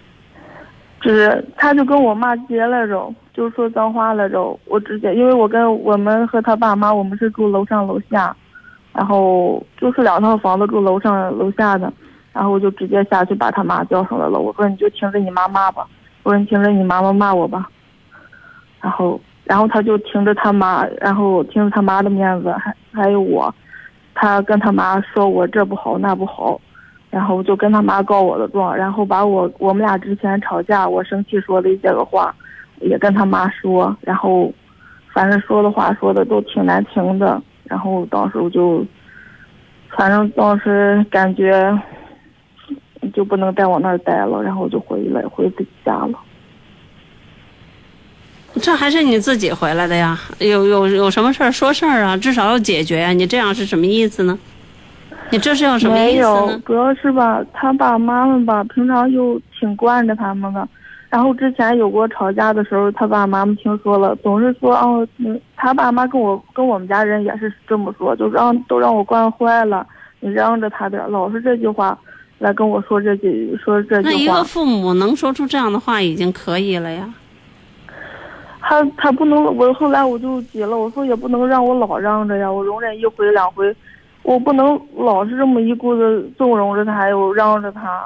他就跟我骂街来着，就说脏话来着。我直接因为我们和他爸妈我们是住楼上楼下，然后就是2套房子住楼上楼下的，然后我就直接下去把他妈叫上来了。我说你就听着你妈骂吧，我说你听着你妈妈骂我吧。然后他就听着他妈，然后听着他妈的面子，还有我，他跟他妈说我这不好那不好，然后就跟他妈告我的状，然后把我们俩之前吵架我生气说的一些个话也跟他妈说，然后反正说的话说的都挺难听的，然后当时我就反正当时感觉就不能再往那儿待了，然后我就回自己家了。 这还是你自己回来的呀？有什么事儿说事儿啊，至少要解决呀。你这样是什么意思呢？你这是要什么意思呢？ 没有，主要是吧，他爸妈们吧，平常又挺惯着他们的， 然后之前有过吵架的时候，他爸妈听说了，总是说他爸妈跟我们家人也是这么说，就都让我惯坏了，你让着他点，老是这句话来跟我说这句话。 那一个父母能说出这样的话已经可以了呀。 他不能，我后来我就急了，我说也不能让我老让着呀，我容忍一回两回，我不能老是这么一股子纵容着他，又让着他。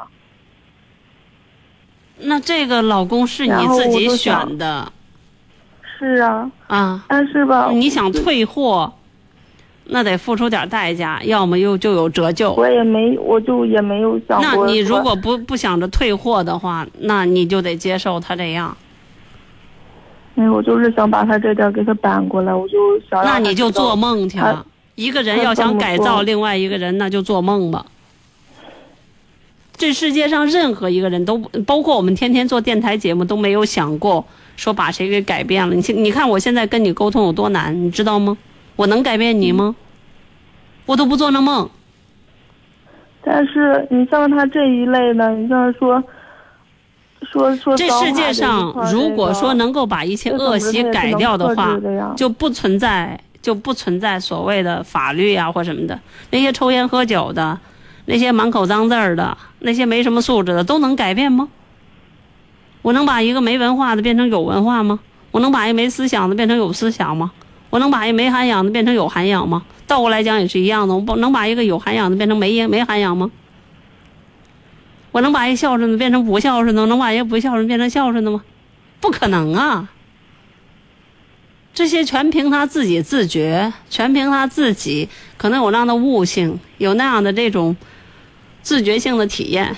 那这个老公是你自己选的。 是啊。 啊。 但是吧， 你想退货，那得付出点代价，要么就有折旧。 我也没有想过。 那你如果不想着退货的话，那你就得接受他这样。 我就是想把他这点给他搬过来，我就想让他。 那你就做梦去了。一个人要想改造另外一个人，那就做梦吧。这世界上任何一个人都，包括我们天天做电台节目，都没有想过说把谁给改变了。你看我现在跟你沟通有多难，你知道吗？我能改变你吗？我都不做那梦。 但是你像他这一类的，你像说这世界上如果说能够把一切恶习改掉的话，就不存在所谓的法律啊或什么的。那些抽烟喝酒的，那些满口脏字儿的，那些没什么素质的，都能改变吗？我能把一个没文化的变成有文化吗？我能把一个没思想的变成有思想吗？我能把一个没涵养的变成有涵养吗？倒过来讲也是一样的，我能把一个有涵养的变成没涵养吗？我能把一个孝顺的变成不孝顺的，能把一个不孝顺变成孝顺的吗？不可能啊！这些全凭他自己自觉，全凭他自己可能有那样的悟性，有那样的这种自觉性的体验。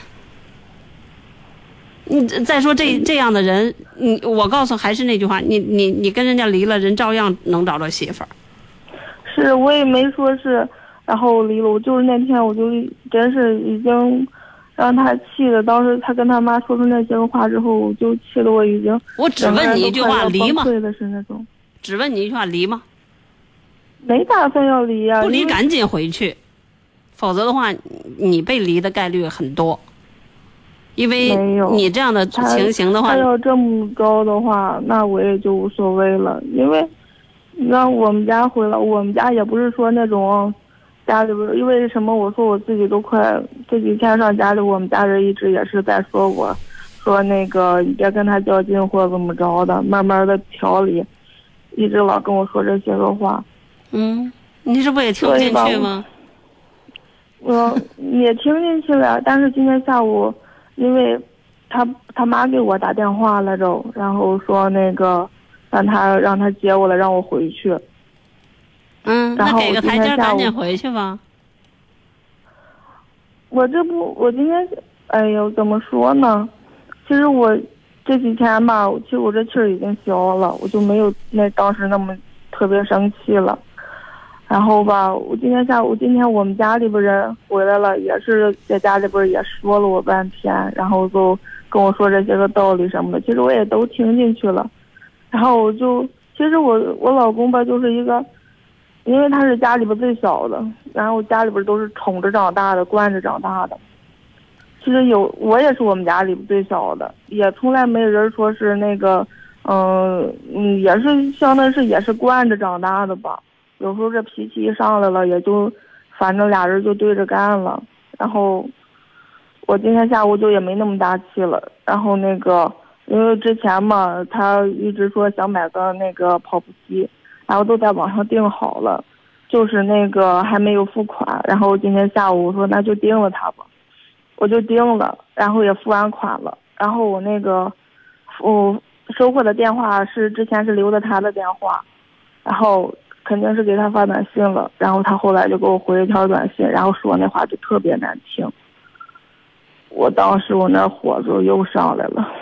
你再说这样的人，我告诉还是那句话，你跟人家离了，人照样能找着媳妇儿。 是我也没说是，然后离了，我就是那天我就真是已经。让他气的，当时他跟他妈说出那些话之后，我就气得我已经。 我只问你一句话，离吗？ 的是那种。 只问你一句话，离吗？ 没打算要离呀。 不离赶紧回去，否则的话，你被离的概率很多。因为你这样的情形的话， 他要这么着的话，那我也就无所谓了。因为让我们家回来，我们家也不是说那种。家里边因为什么？我说我自己都快这几天上家里，我们家人一直也是在说我，说那个你别跟他较劲或怎么着的，慢慢的调理，一直老跟我说这些个话。 你这不也听不进去吗？ 我也听进去了，但是今天下午，因为他妈给我打电话来着，然后说那个让他接我了，让我回去。 那给个台阶，赶紧回去吧。 我今天，哎呦，怎么说呢？其实我这几天吧，其实我这气儿已经消了，我就没有当时那么特别生气了。然后吧，我今天我们家里边人回来了，也是在家里边也说了我半天，然后就跟我说这些个道理什么的，其实我也都听进去了。然后其实我老公吧，就是一个。因为他是家里边最小的，然后家里边都是宠着长大的，惯着长大的。其实我也是我们家里边最小的，也从来没人说是那个，也是相当是也是惯着长大的吧。有时候这脾气一上来了，也就反正俩人就对着干了。然后我今天下午就也没那么大气了。然后那个因为之前嘛，他一直说想买个那个跑步机。然后都在网上订好了，就是那个还没有付款。然后今天下午我说那就订了它吧，我就订了，然后也付完款了。然后我那个收货的电话是之前是留的他的电话，然后肯定是给他发短信了。然后他后来就给我回了一条短信，然后说那话就特别难听。我当时我那火就又上来了。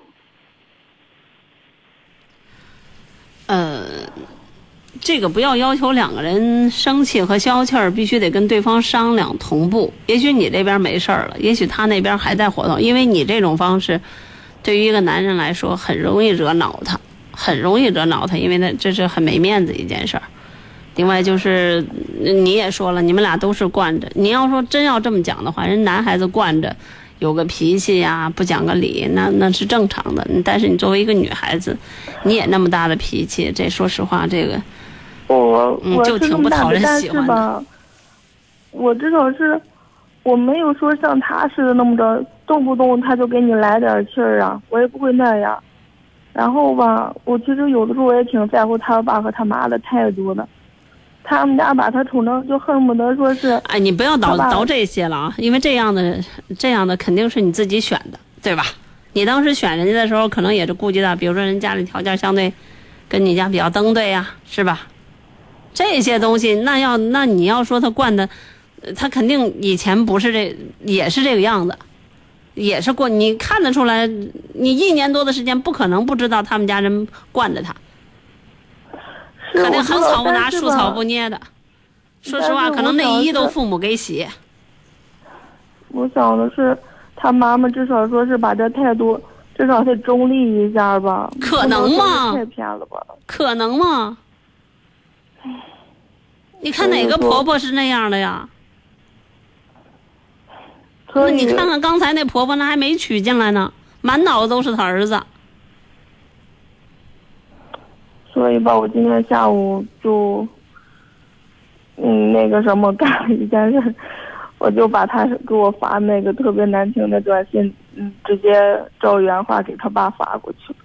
这个不要求两个人生气和消气儿，必须得跟对方商量同步。也许你这边没事儿了，也许他那边还在活动，因为你这种方式对于一个男人来说很容易惹恼他，因为这是很没面子一件事儿。另外就是你也说了，你们俩都是惯着，你要说真要这么讲的话，人男孩子惯着有个脾气呀，不讲个理，那是正常的。但是你作为一个女孩子，你也那么大的脾气，这说实话，这个我就挺不讨人喜欢的。 我至少是我没有说像他似的那么着，动不动他就给你来点气儿啊，我也不会那样。然后吧，我其实有的时候我也挺在乎他爸和他妈的态度的。他们家把他宠成就恨不得说是， 哎，你不要倒这些了啊，因为这样的肯定是你自己选的，对吧？你当时选人家的时候，可能也是顾及到，比如说人家里条件相对跟你家比较登对呀，是吧？这些东西，那你要说他惯的，他肯定以前不是也是这个样子，也是过，你看得出来，你1年多的时间不可能不知道他们家人惯着他。肯定横草不拿，竖草不捏的。说实话，可能内衣都父母给洗。 我想的是，他妈妈至少说是把这态度至少得中立一下吧。 可能吗？ 太偏了吧？ 可能吗？你看哪个婆婆是那样的呀？那你看看刚才那婆婆，那还没娶进来呢，满脑子都是她儿子。 所以吧，我今天下午就，那个什么干了一件事，我就把他给我发那个特别难听的短信，直接照原话给他爸发过去。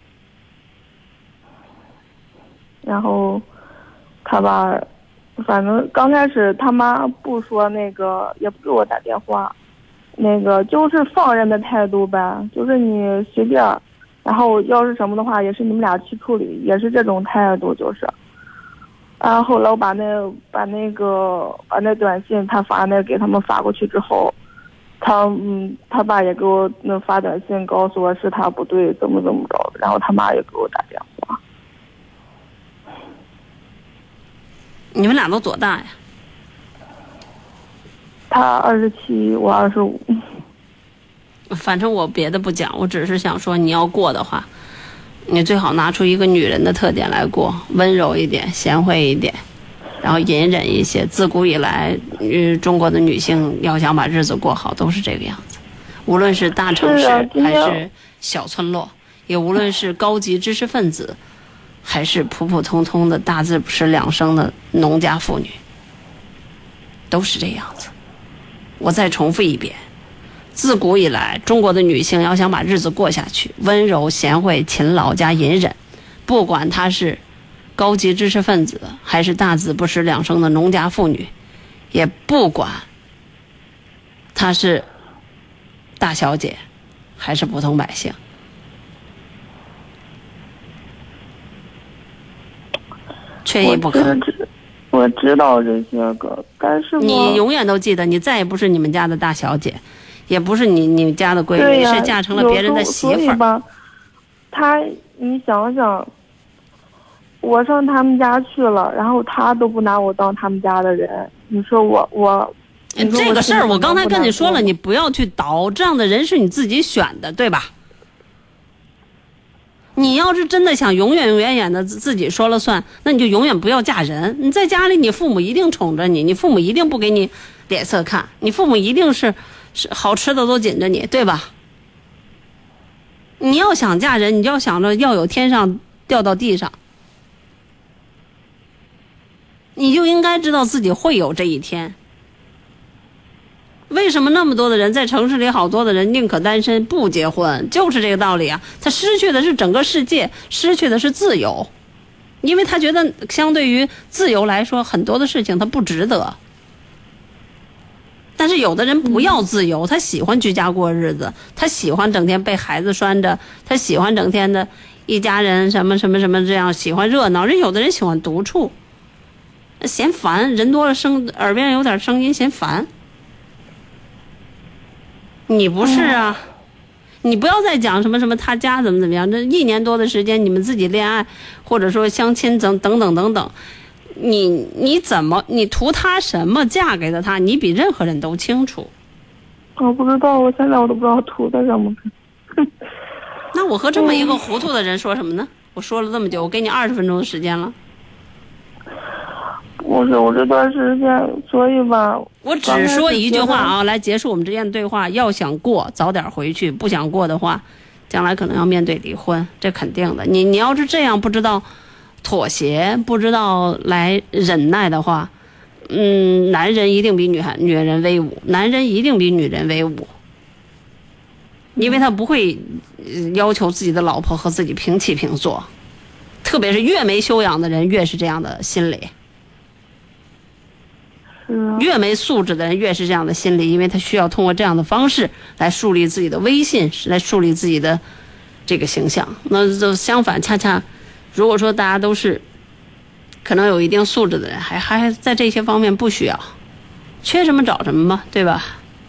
然后，他爸，反正刚开始他妈不说那个，也不给我打电话，那个就是放任的态度呗，就是你随便。然后要是什么的话，也是你们俩去处理，也是这种态度，就是。然后后来我把那短信他发那给他们发过去之后，他爸也给我发短信告诉我是他不对，怎么着的，然后他妈也给我打电话。 你们俩都多大呀？ 他27，我25。 反正我别的不讲，我只是想说，你要过的话，你最好拿出一个女人的特点来过，温柔一点，贤惠一点，然后隐忍一些。自古以来，中国的女性要想把日子过好，都是这个样子。无论是大城市还是小村落，也无论是高级知识分子，还是普普通通的大字不识两声的农家妇女，都是这样子。我再重复一遍。自古以来，中国的女性要想把日子过下去，温柔、贤惠、勤劳加隐忍，不管她是高级知识分子，还是大字不识两声的农家妇女，也不管她是大小姐，还是普通百姓。缺一不可。 我知道这些个，但是你永远都记得，你再也不是你们家的大小姐。也不是你家的闺女，是嫁成了别人的媳妇儿。 吧，你想想，我上他们家去了，然后他都不拿我当他们家的人，你说我这个事儿，我刚才跟你说了，你不要去倒，这样的人是你自己选的，对吧？你要是真的想永远的自己说了算，那你就永远不要嫁人。你在家里，你父母一定宠着你，你父母一定不给你脸色看，你父母一定是好吃的都紧着你，对吧？你要想嫁人，你就要想着要有天上掉到地上，你就应该知道自己会有这一天。为什么那么多的人在城市里，好多的人宁可单身不结婚，就是这个道理啊。他失去的是整个世界，失去的是自由，因为他觉得相对于自由来说，很多的事情他不值得。但是有的人不要自由，他喜欢居家过日子，他喜欢整天被孩子拴着，他喜欢整天的一家人什么什么什么这样，喜欢热闹。有的人喜欢独处，嫌烦，人多了耳边有点声音嫌烦。你不是啊，你不要再讲什么什么他家怎么样，这1年多的时间你们自己恋爱或者说相亲等等，你图他什么，嫁给了他，你比任何人都清楚。 我不知道，现在我都不知道图他什么。 那我和这么一个糊涂的人说什么呢？我说了这么久，我给你20分钟的时间了。 不是，我这段时间，所以吧， 我只说一句话啊，来结束我们之间的对话。要想过，早点回去；不想过的话，将来可能要面对离婚，这肯定的。你要是这样不知道妥协，不知道来忍耐的话，男人一定比女人威武，男人一定比女人威武，因为他不会要求自己的老婆和自己平起平坐，特别是越没修养的人越是这样的心理。越没素质的人越是这样的心理，因为他需要通过这样的方式来树立自己的威信，来树立自己的这个形象。那就相反，恰恰如果说大家都是可能有一定素质的人，还在这些方面不需要，缺什么找什么吧，对吧？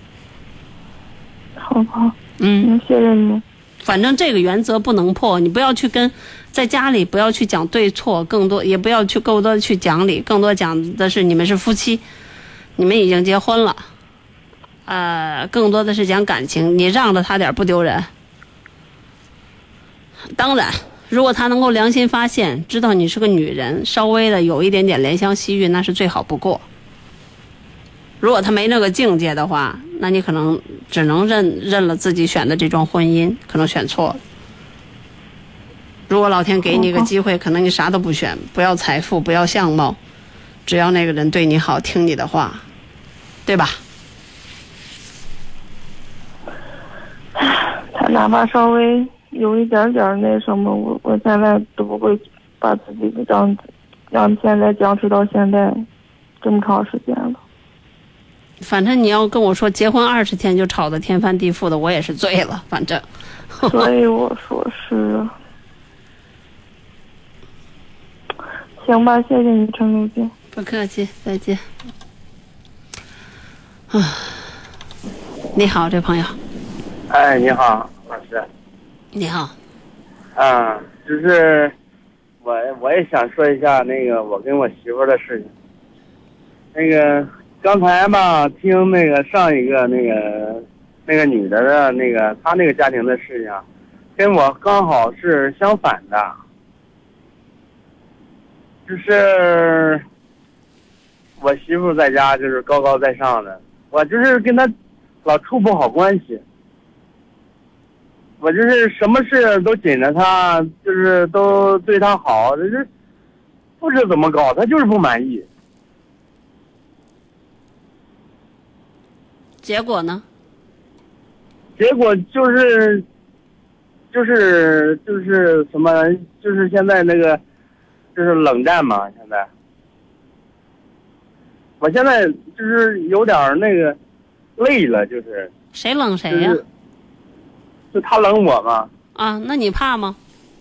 好吧，谢谢你。 反正这个原则不能破，你不要去在家里不要去讲对错，更多也不要去更多的去讲理，更多讲的是你们是夫妻，你们已经结婚了，更多的是讲感情，你让着他点不丢人。当然，如果他能够良心发现，知道你是个女人，稍微的有一点点怜香惜玉，那是最好不过。如果他没那个境界的话，那你可能只能认了自己选的这桩婚姻，可能选错了。如果老天给你一个机会，可能你啥都不选，不要财富，不要相貌，只要那个人对你好，听你的话，对吧？ 他哪怕稍微有一点点那什么，我现在都不会把自己让现在僵持到现在这么长时间了。 反正你要跟我说结婚20天就吵得天翻地覆的，我也是醉了，反正。 所以我说是。行吧，谢谢你，陈露姐。 不客气，再见。你好，这朋友。 哎，你好，老师。 你好。 就是我也想说一下那个我跟我媳妇的事情。那个刚才吧，听那个上一个那个女的那个她那个家庭的事情，跟我刚好是相反的。就是我媳妇在家就是高高在上的，我就是跟她老处不好关系，我就是什么事都紧着她，就是都对她好，就是不知怎么搞，她就是不满意。 结果呢？ 结果就是什么，就是现在那个。就是冷战嘛，现在，我现在就是有点那个累了，就是谁冷谁呀？ 就他冷我嘛。 那你怕吗？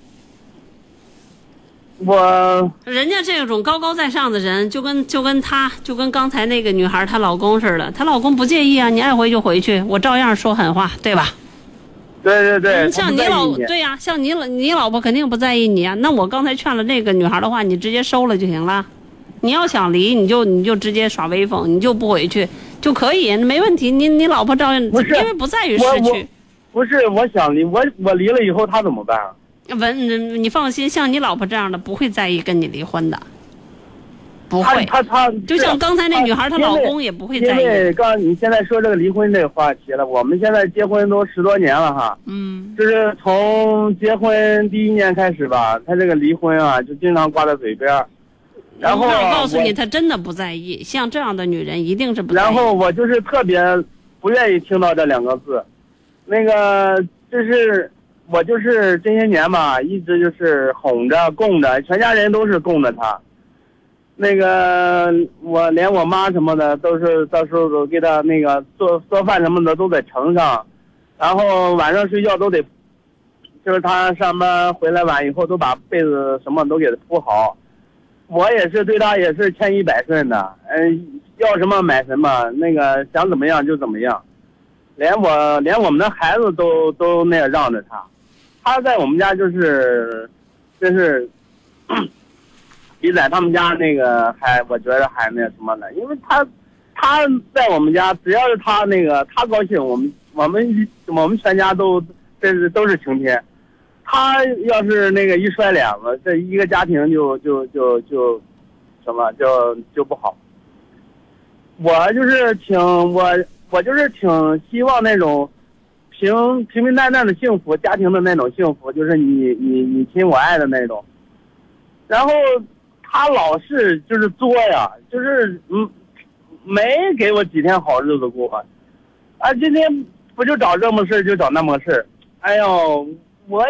人家这种高高在上的人，就跟刚才那个女孩她老公似的，她老公不介意啊，你爱回就回去，我照样说狠话，对吧？ 对， 像你对呀，像你老婆肯定不在意你啊。那我刚才劝了那个女孩的话，你直接收了就行了。你要想离，你就直接耍威风，你就不回去就可以，没问题。你老婆照样，因为不在于失去。 不是，我想离，我离了以后她怎么办啊？ 你放心，像你老婆这样的不会在意跟你离婚的。不会， 他就像刚才那女孩，她老公也不会在意。 因为刚你现在说这个离婚这个话题了，我们现在结婚都10多年了哈。就是从结婚第1年开始吧，他这个离婚啊，就经常挂在嘴边。然后我告诉你，他真的不在意。像这样的女人，一定是不在意。 然后我就是特别不愿意听到这2个字，那个就是我就是这些年吧，一直就是哄着供着，全家人都是供着他。那个我连我妈什么的都是到时候都给他那个做饭什么的都在盛上，然后晚上睡觉都得，就是他上班回来晚以后都把被子什么都给他铺好。我也是对他也是千依百顺的，要什么买什么，那个想怎么样就怎么样，连我们的孩子都那样让着他。他在我们家就是比在他们家那个我觉得还那什么的，因为他在我们家，只要是他那个他高兴，我们全家都是晴天。他要是那个一摔脸子，这一个家庭就什么就不好。我就是我就是挺希望那种平平淡淡的幸福，家庭的那种幸福，就是你亲我爱的那种。然后他老是就是作呀，就是没给我几天好日子过。啊，今天不就找这么事就找那么事，哎呦，我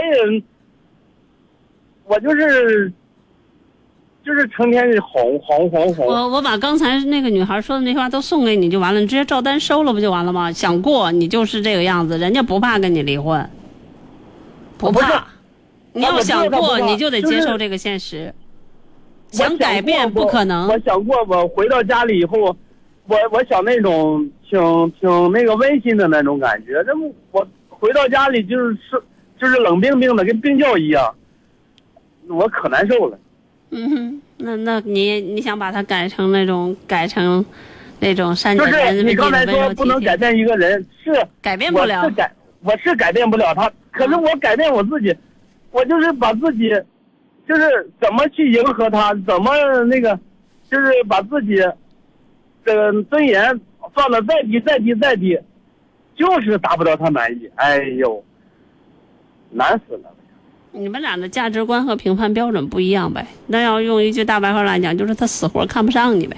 就是成天哄。 我把刚才那个女孩说的那话都送给你就完了，你直接照单收了不就完了吗？想过你就是这个样子，人家不怕跟你离婚，不怕。你要想过，你就得接受这个现实。想改变不可能。 我想过，我回到家里以后，我想那种挺那个温馨的那种感觉。这么我回到家里就是冷冰冰的，跟冰窖一样，我可难受了。 那你想把它改成那种善解人意的， 就是你刚才说不能改变一个人，是改变不了， 我是改变不了他，可是我改变我自己，我就是把自己，就是怎么去迎合他，怎么那个，就是把自己的尊严放得再低，就是达不到他满意。哎呦，难死了。 你们俩的价值观和评判标准不一样呗？那要用一句大白话来讲，就是他死活看不上你呗。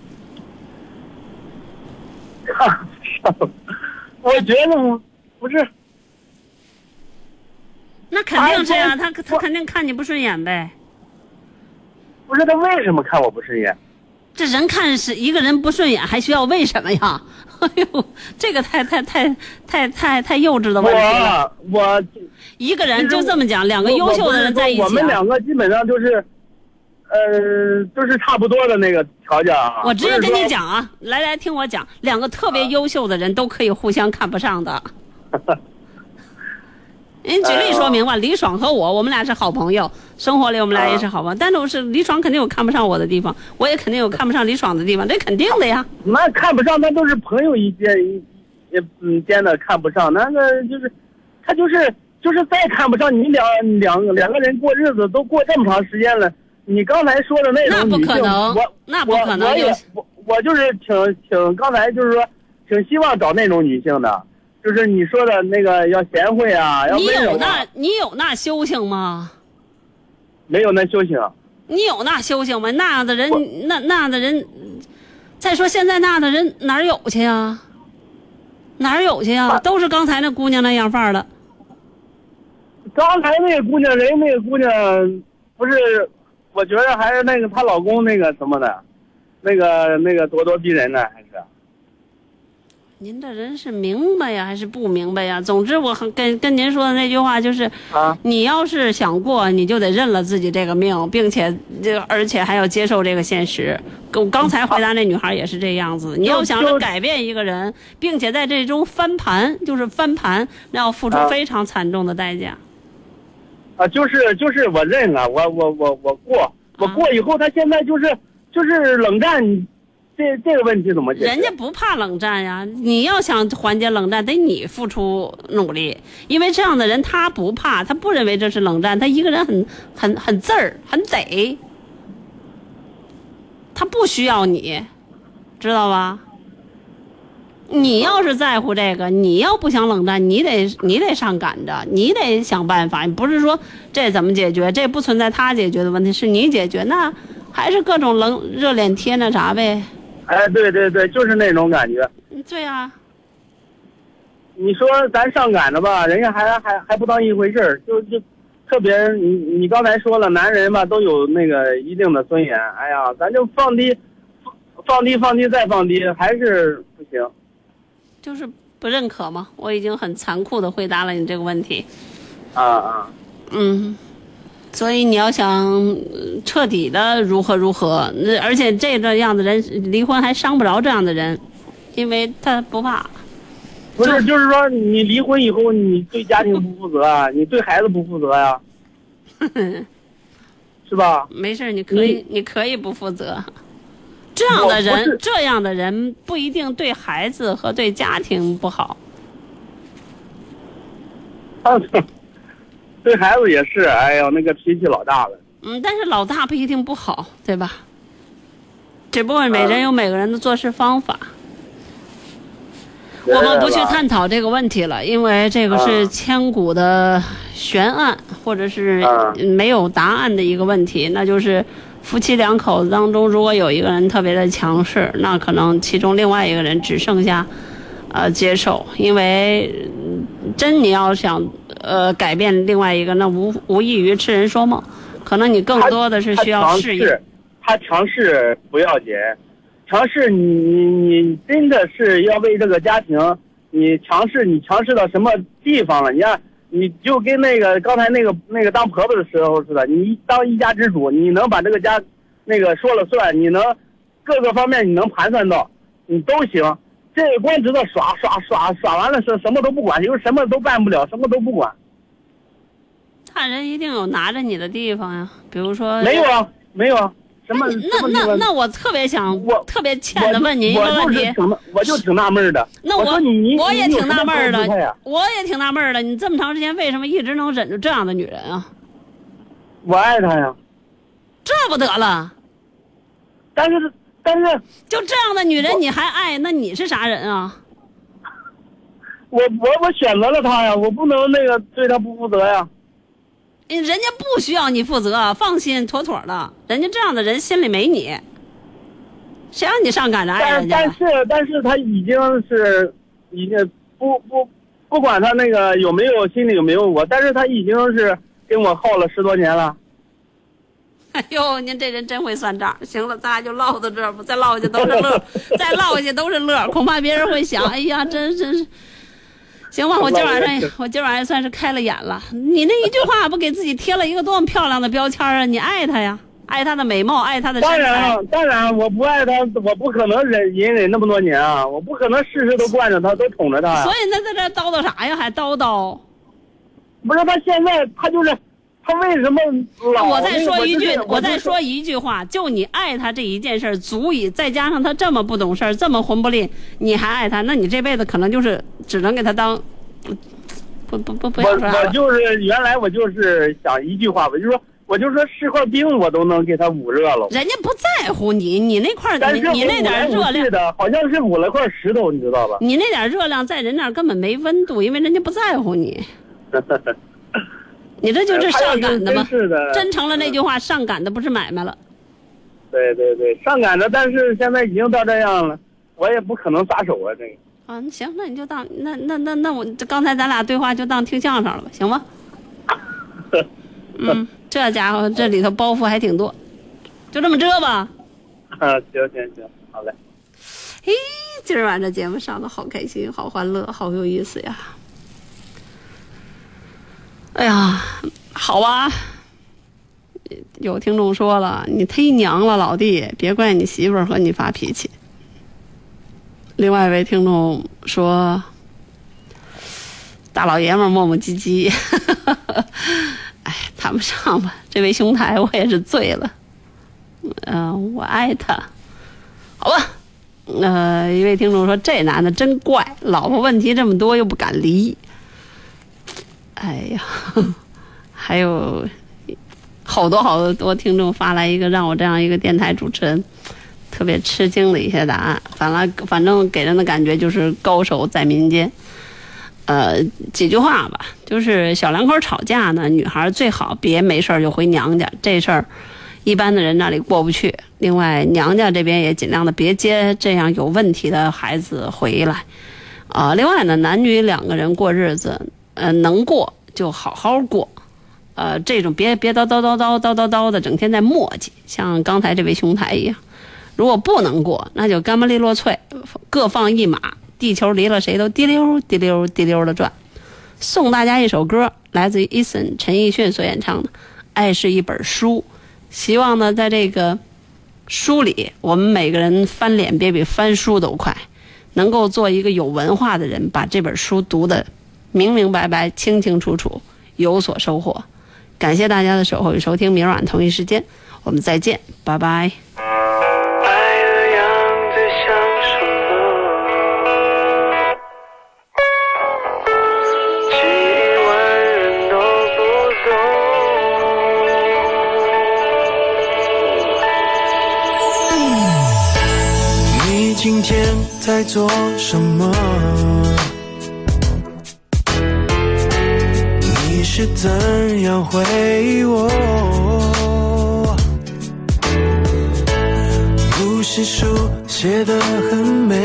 看不上，我觉得不是。 那肯定是啊，他肯定看你不顺眼呗。 不是他为什么看我不顺眼？ 这人看是一个人不顺眼，还需要为什么呀？哎呦，这个太幼稚的问题了。 我一个人就这么讲，两个优秀的人在一起， 我们两个基本上就是，就是差不多的那个条件啊。 我直接跟你讲啊，来听我讲，两个特别优秀的人都可以互相看不上的。您举例说明吧，李爽和我们俩是好朋友，生活里我们俩也是好朋友，但是李爽肯定有看不上我的地方，我也肯定有看不上李爽的地方，这肯定的呀。 那看不上，那都是朋友间的看不上，那个就是他就是再看不上你两个人过日子都过这么长时间了，你刚才说的那种女性， 那不可能， 我就是挺刚才就是说挺希望找那种女性的。就是你说的那个要贤惠啊，要温柔啊。 你有那修行吗？ 没有那修行。 你有那修行吗？那样的人，那样的人，再说现在那样的人哪儿有去呀？哪儿有去呀？都是刚才那姑娘那样范儿的。 刚才那个姑娘，不是，我觉得还是那个她老公那个什么的，那个咄咄逼人的还是。 您这人是明白呀还是不明白呀？总之我跟您说的那句话就是，你要是想过，你就得认了自己这个命，并且而且还要接受这个现实。我刚才回答那女孩也是这样子，你要想着改变一个人，并且在这中翻盘，那要付出非常惨重的代价。 就是我认了，我过以后，他现在就是冷战。这个问题怎么解决？ 人家不怕冷战呀，你要想缓解冷战，得你付出努力。因为这样的人他不怕，他不认为这是冷战，他一个人很字儿，很得，他不需要你，知道吧？你要是在乎这个，你要不想冷战，你得上赶着，你得想办法。你不是说这怎么解决，这不存在他解决的问题，是你解决，那还是各种热脸贴那啥呗。 哎，对，就是那种感觉。 对啊。 你说咱上赶着吧，人家还不当一回事儿，就特别你刚才说了，男人嘛都有那个一定的尊严。哎呀，咱就放低再放低，还是不行。 就是不认可嘛，我已经很残酷的回答了你这个问题。所以你要想彻底的如何，而且这样的人离婚还伤不着这样的人，因为他不怕。 不是，就是说你离婚以后，你对家庭不负责啊，你对孩子不负责呀，是吧？ 没事，你可以不负责。这样的人不一定对孩子和对家庭不好。 对孩子也是，哎呦，那个脾气老大了。 但是老大不一定不好，对吧？ 只不过每人有每个人的做事方法。我们不去探讨这个问题了，因为这个是千古的悬案，或者是没有答案的一个问题。那就是夫妻两口子当中，如果有一个人特别的强势，那可能其中另外一个人只剩下接受。因为你要想改变另外一个，那无异于痴人说梦。可能你更多的是需要适应。 他强势不要紧。强势你真的是要为这个家庭，你强势到什么地方了？你看，你就跟那个刚才那个当婆婆的时候似的，你当一家之主，你能把这个家那个说了算，你能各个方面你能盘算到，你都行。这个光知道耍完了是什么都不管，就是什么都办不了，什么都不管。 他人一定有拿着你的地方呀，比如说没有啊。什么？ 那我特别特别欠的问您一个问题， 我就挺纳闷的。 那我也挺纳闷的，我也挺纳闷的。你这么长时间为什么一直能忍住这样的女人啊？ 我爱她呀。 这不得了。 但是就这样的女人你还爱，那你是啥人啊？ 我选择了她呀，我不能对她不负责呀。 人家不需要你负责，放心，妥妥的。人家这样的人心里没你，谁让你上赶着爱人家？ 但是他已经不管他那个有没有心里有没有我，但是他已经是跟我耗了10多年了。 哎呦，您这人真会算账。行了，咱俩就唠到这儿吧，再唠下去都是乐，再唠下去都是乐，恐怕别人会想，哎呀，真是。行吧，我今晚上算是开了眼了。你那一句话不给自己贴了一个多么漂亮的标签啊！你爱她呀，爱她的美貌，爱她的身材。 当然，我不爱她，我不可能隐忍那么多年啊！我不可能事事都惯着她，都宠着她。 所以那在这叨叨啥呀？还叨叨？ 不是，他现在他为什么老？ 我再说一句话，就你爱他这一件事足以，再加上他这么不懂事，这么混不吝，你还爱他，那你这辈子可能就是只能给他当不要说。 我就是原来我就是想一句话，我就说是块冰我都能给他捂热了。 人家不在乎你那块你那点热量的，好像是捂了块石头，你知道吧？ 你那点热量在人那儿根本没温度，因为人家不在乎你。你这就是上赶的吗？真成了那句话，上赶的不是买卖了。 对，上赶的，但是现在已经到这样了，我也不可能撒手啊，这个。 啊，行，那你就当那我刚才咱俩对话就当听相声了吧，行吗？这家伙这里头包袱还挺多，就这么折吧。 行，好嘞。 嘿，今儿晚上节目上的好开心，好欢乐，好有意思呀。哎呀，好吧，有听众说了，你忒娘了，老弟，别怪你媳妇儿和你发脾气。另外一位听众说，大老爷们磨磨唧唧，哎，谈不上吧。这位兄台，我也是醉了。我爱他，好吧。一位听众说，这男的真怪，老婆问题这么多又不敢离。哎呀，还有好多听众发来一个让我这样一个电台主持人特别吃惊的一些答案，反正给人的感觉就是高手在民间。几句话吧，就是小两口吵架呢，女孩最好别没事就回娘家，这事儿一般的人那里过不去。另外，娘家这边也尽量的别接这样有问题的孩子回来。另外呢，男女两个人过日子。能过就好好过，这种别叨的，整天在磨叽，像刚才这位兄台一样。如果不能过，那就干巴利落脆，各放一马，地球离了谁都滴溜滴溜滴溜的转。送大家一首歌，来自于 Eason 陈奕迅所演唱的《爱是一本书》，希望呢在这个书里，我们每个人翻脸别比翻书都快，能够做一个有文化的人，把这本书读得明明白白，清清楚楚，有所收获。感谢大家的守候与收听，明晚同一时间我们再见，拜拜。 今天在做什么？你是怎样回我？故事书写得很美，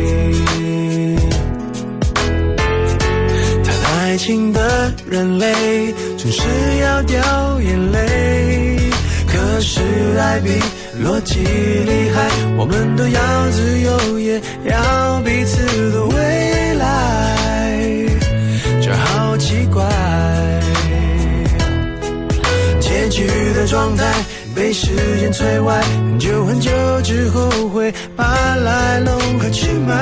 谈爱情的人类总是要掉眼泪，可是爱比逻辑厉害，我们都要自由，也要彼此的未来，这好奇怪。结局的状态被时间摧毁，很久很久之后会把来龙和去脉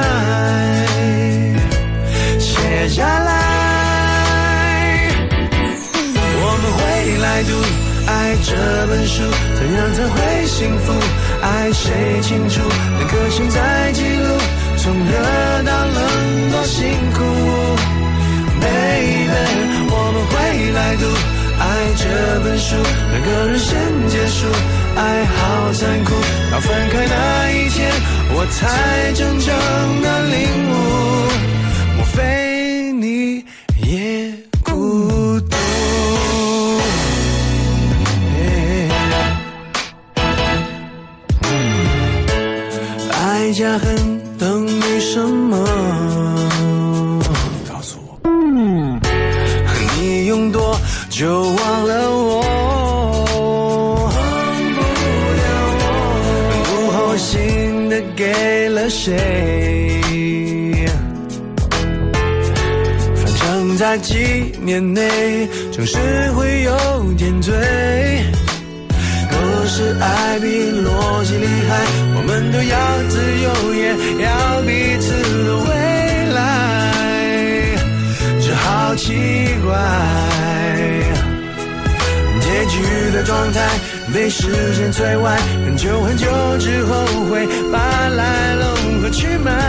写下来。我们会来读爱这本书，怎样才会幸福？爱谁清楚？那颗心在记录，从热到冷多辛苦。Baby， 我们会来读爱这本书，那个人先结束，爱好残酷，到分开那一天，我才真正的领悟，莫非你也孤独？爱加恨等于什么？告诉我，你用多久忘了我？忘不了我，不后心的给了谁？反正在几年内，总是会有点醉。可是爱比逻辑厉害，我们都要自由，也要彼此的未来，这好奇怪。结局的状态被时间摧毁，很久很久之后会把来龙和去脉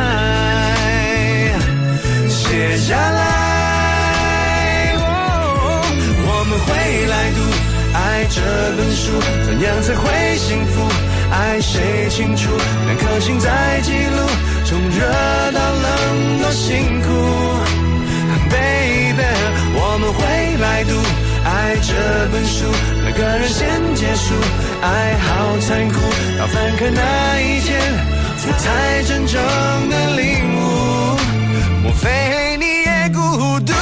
写下来。我们会来读爱这本书，怎样才会幸福？爱谁清楚？那颗心在记录，从热到冷多辛苦。Baby， 我们会来读爱这本书，那个人先结束，爱好残酷，到分开那一天，我才真正的领悟，莫非你也孤独？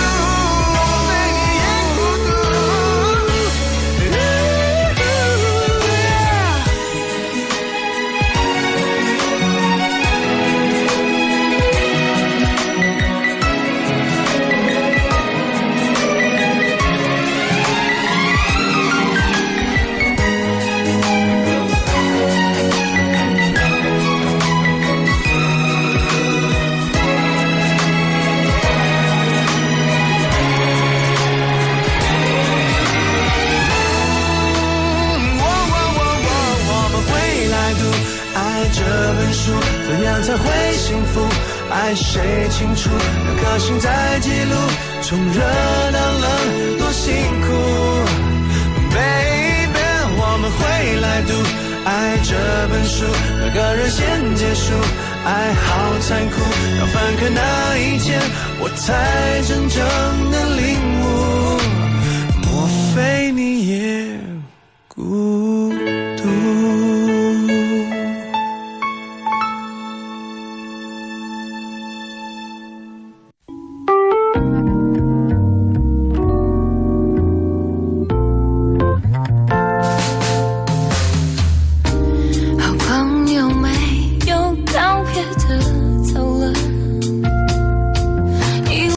怎样才会幸福？爱谁清楚？那颗心在记录，从热到冷多辛苦。Baby， 我们会来读爱这本书，那个人先结束，爱好残酷，到分开那一天，我才真正的领悟，莫非你也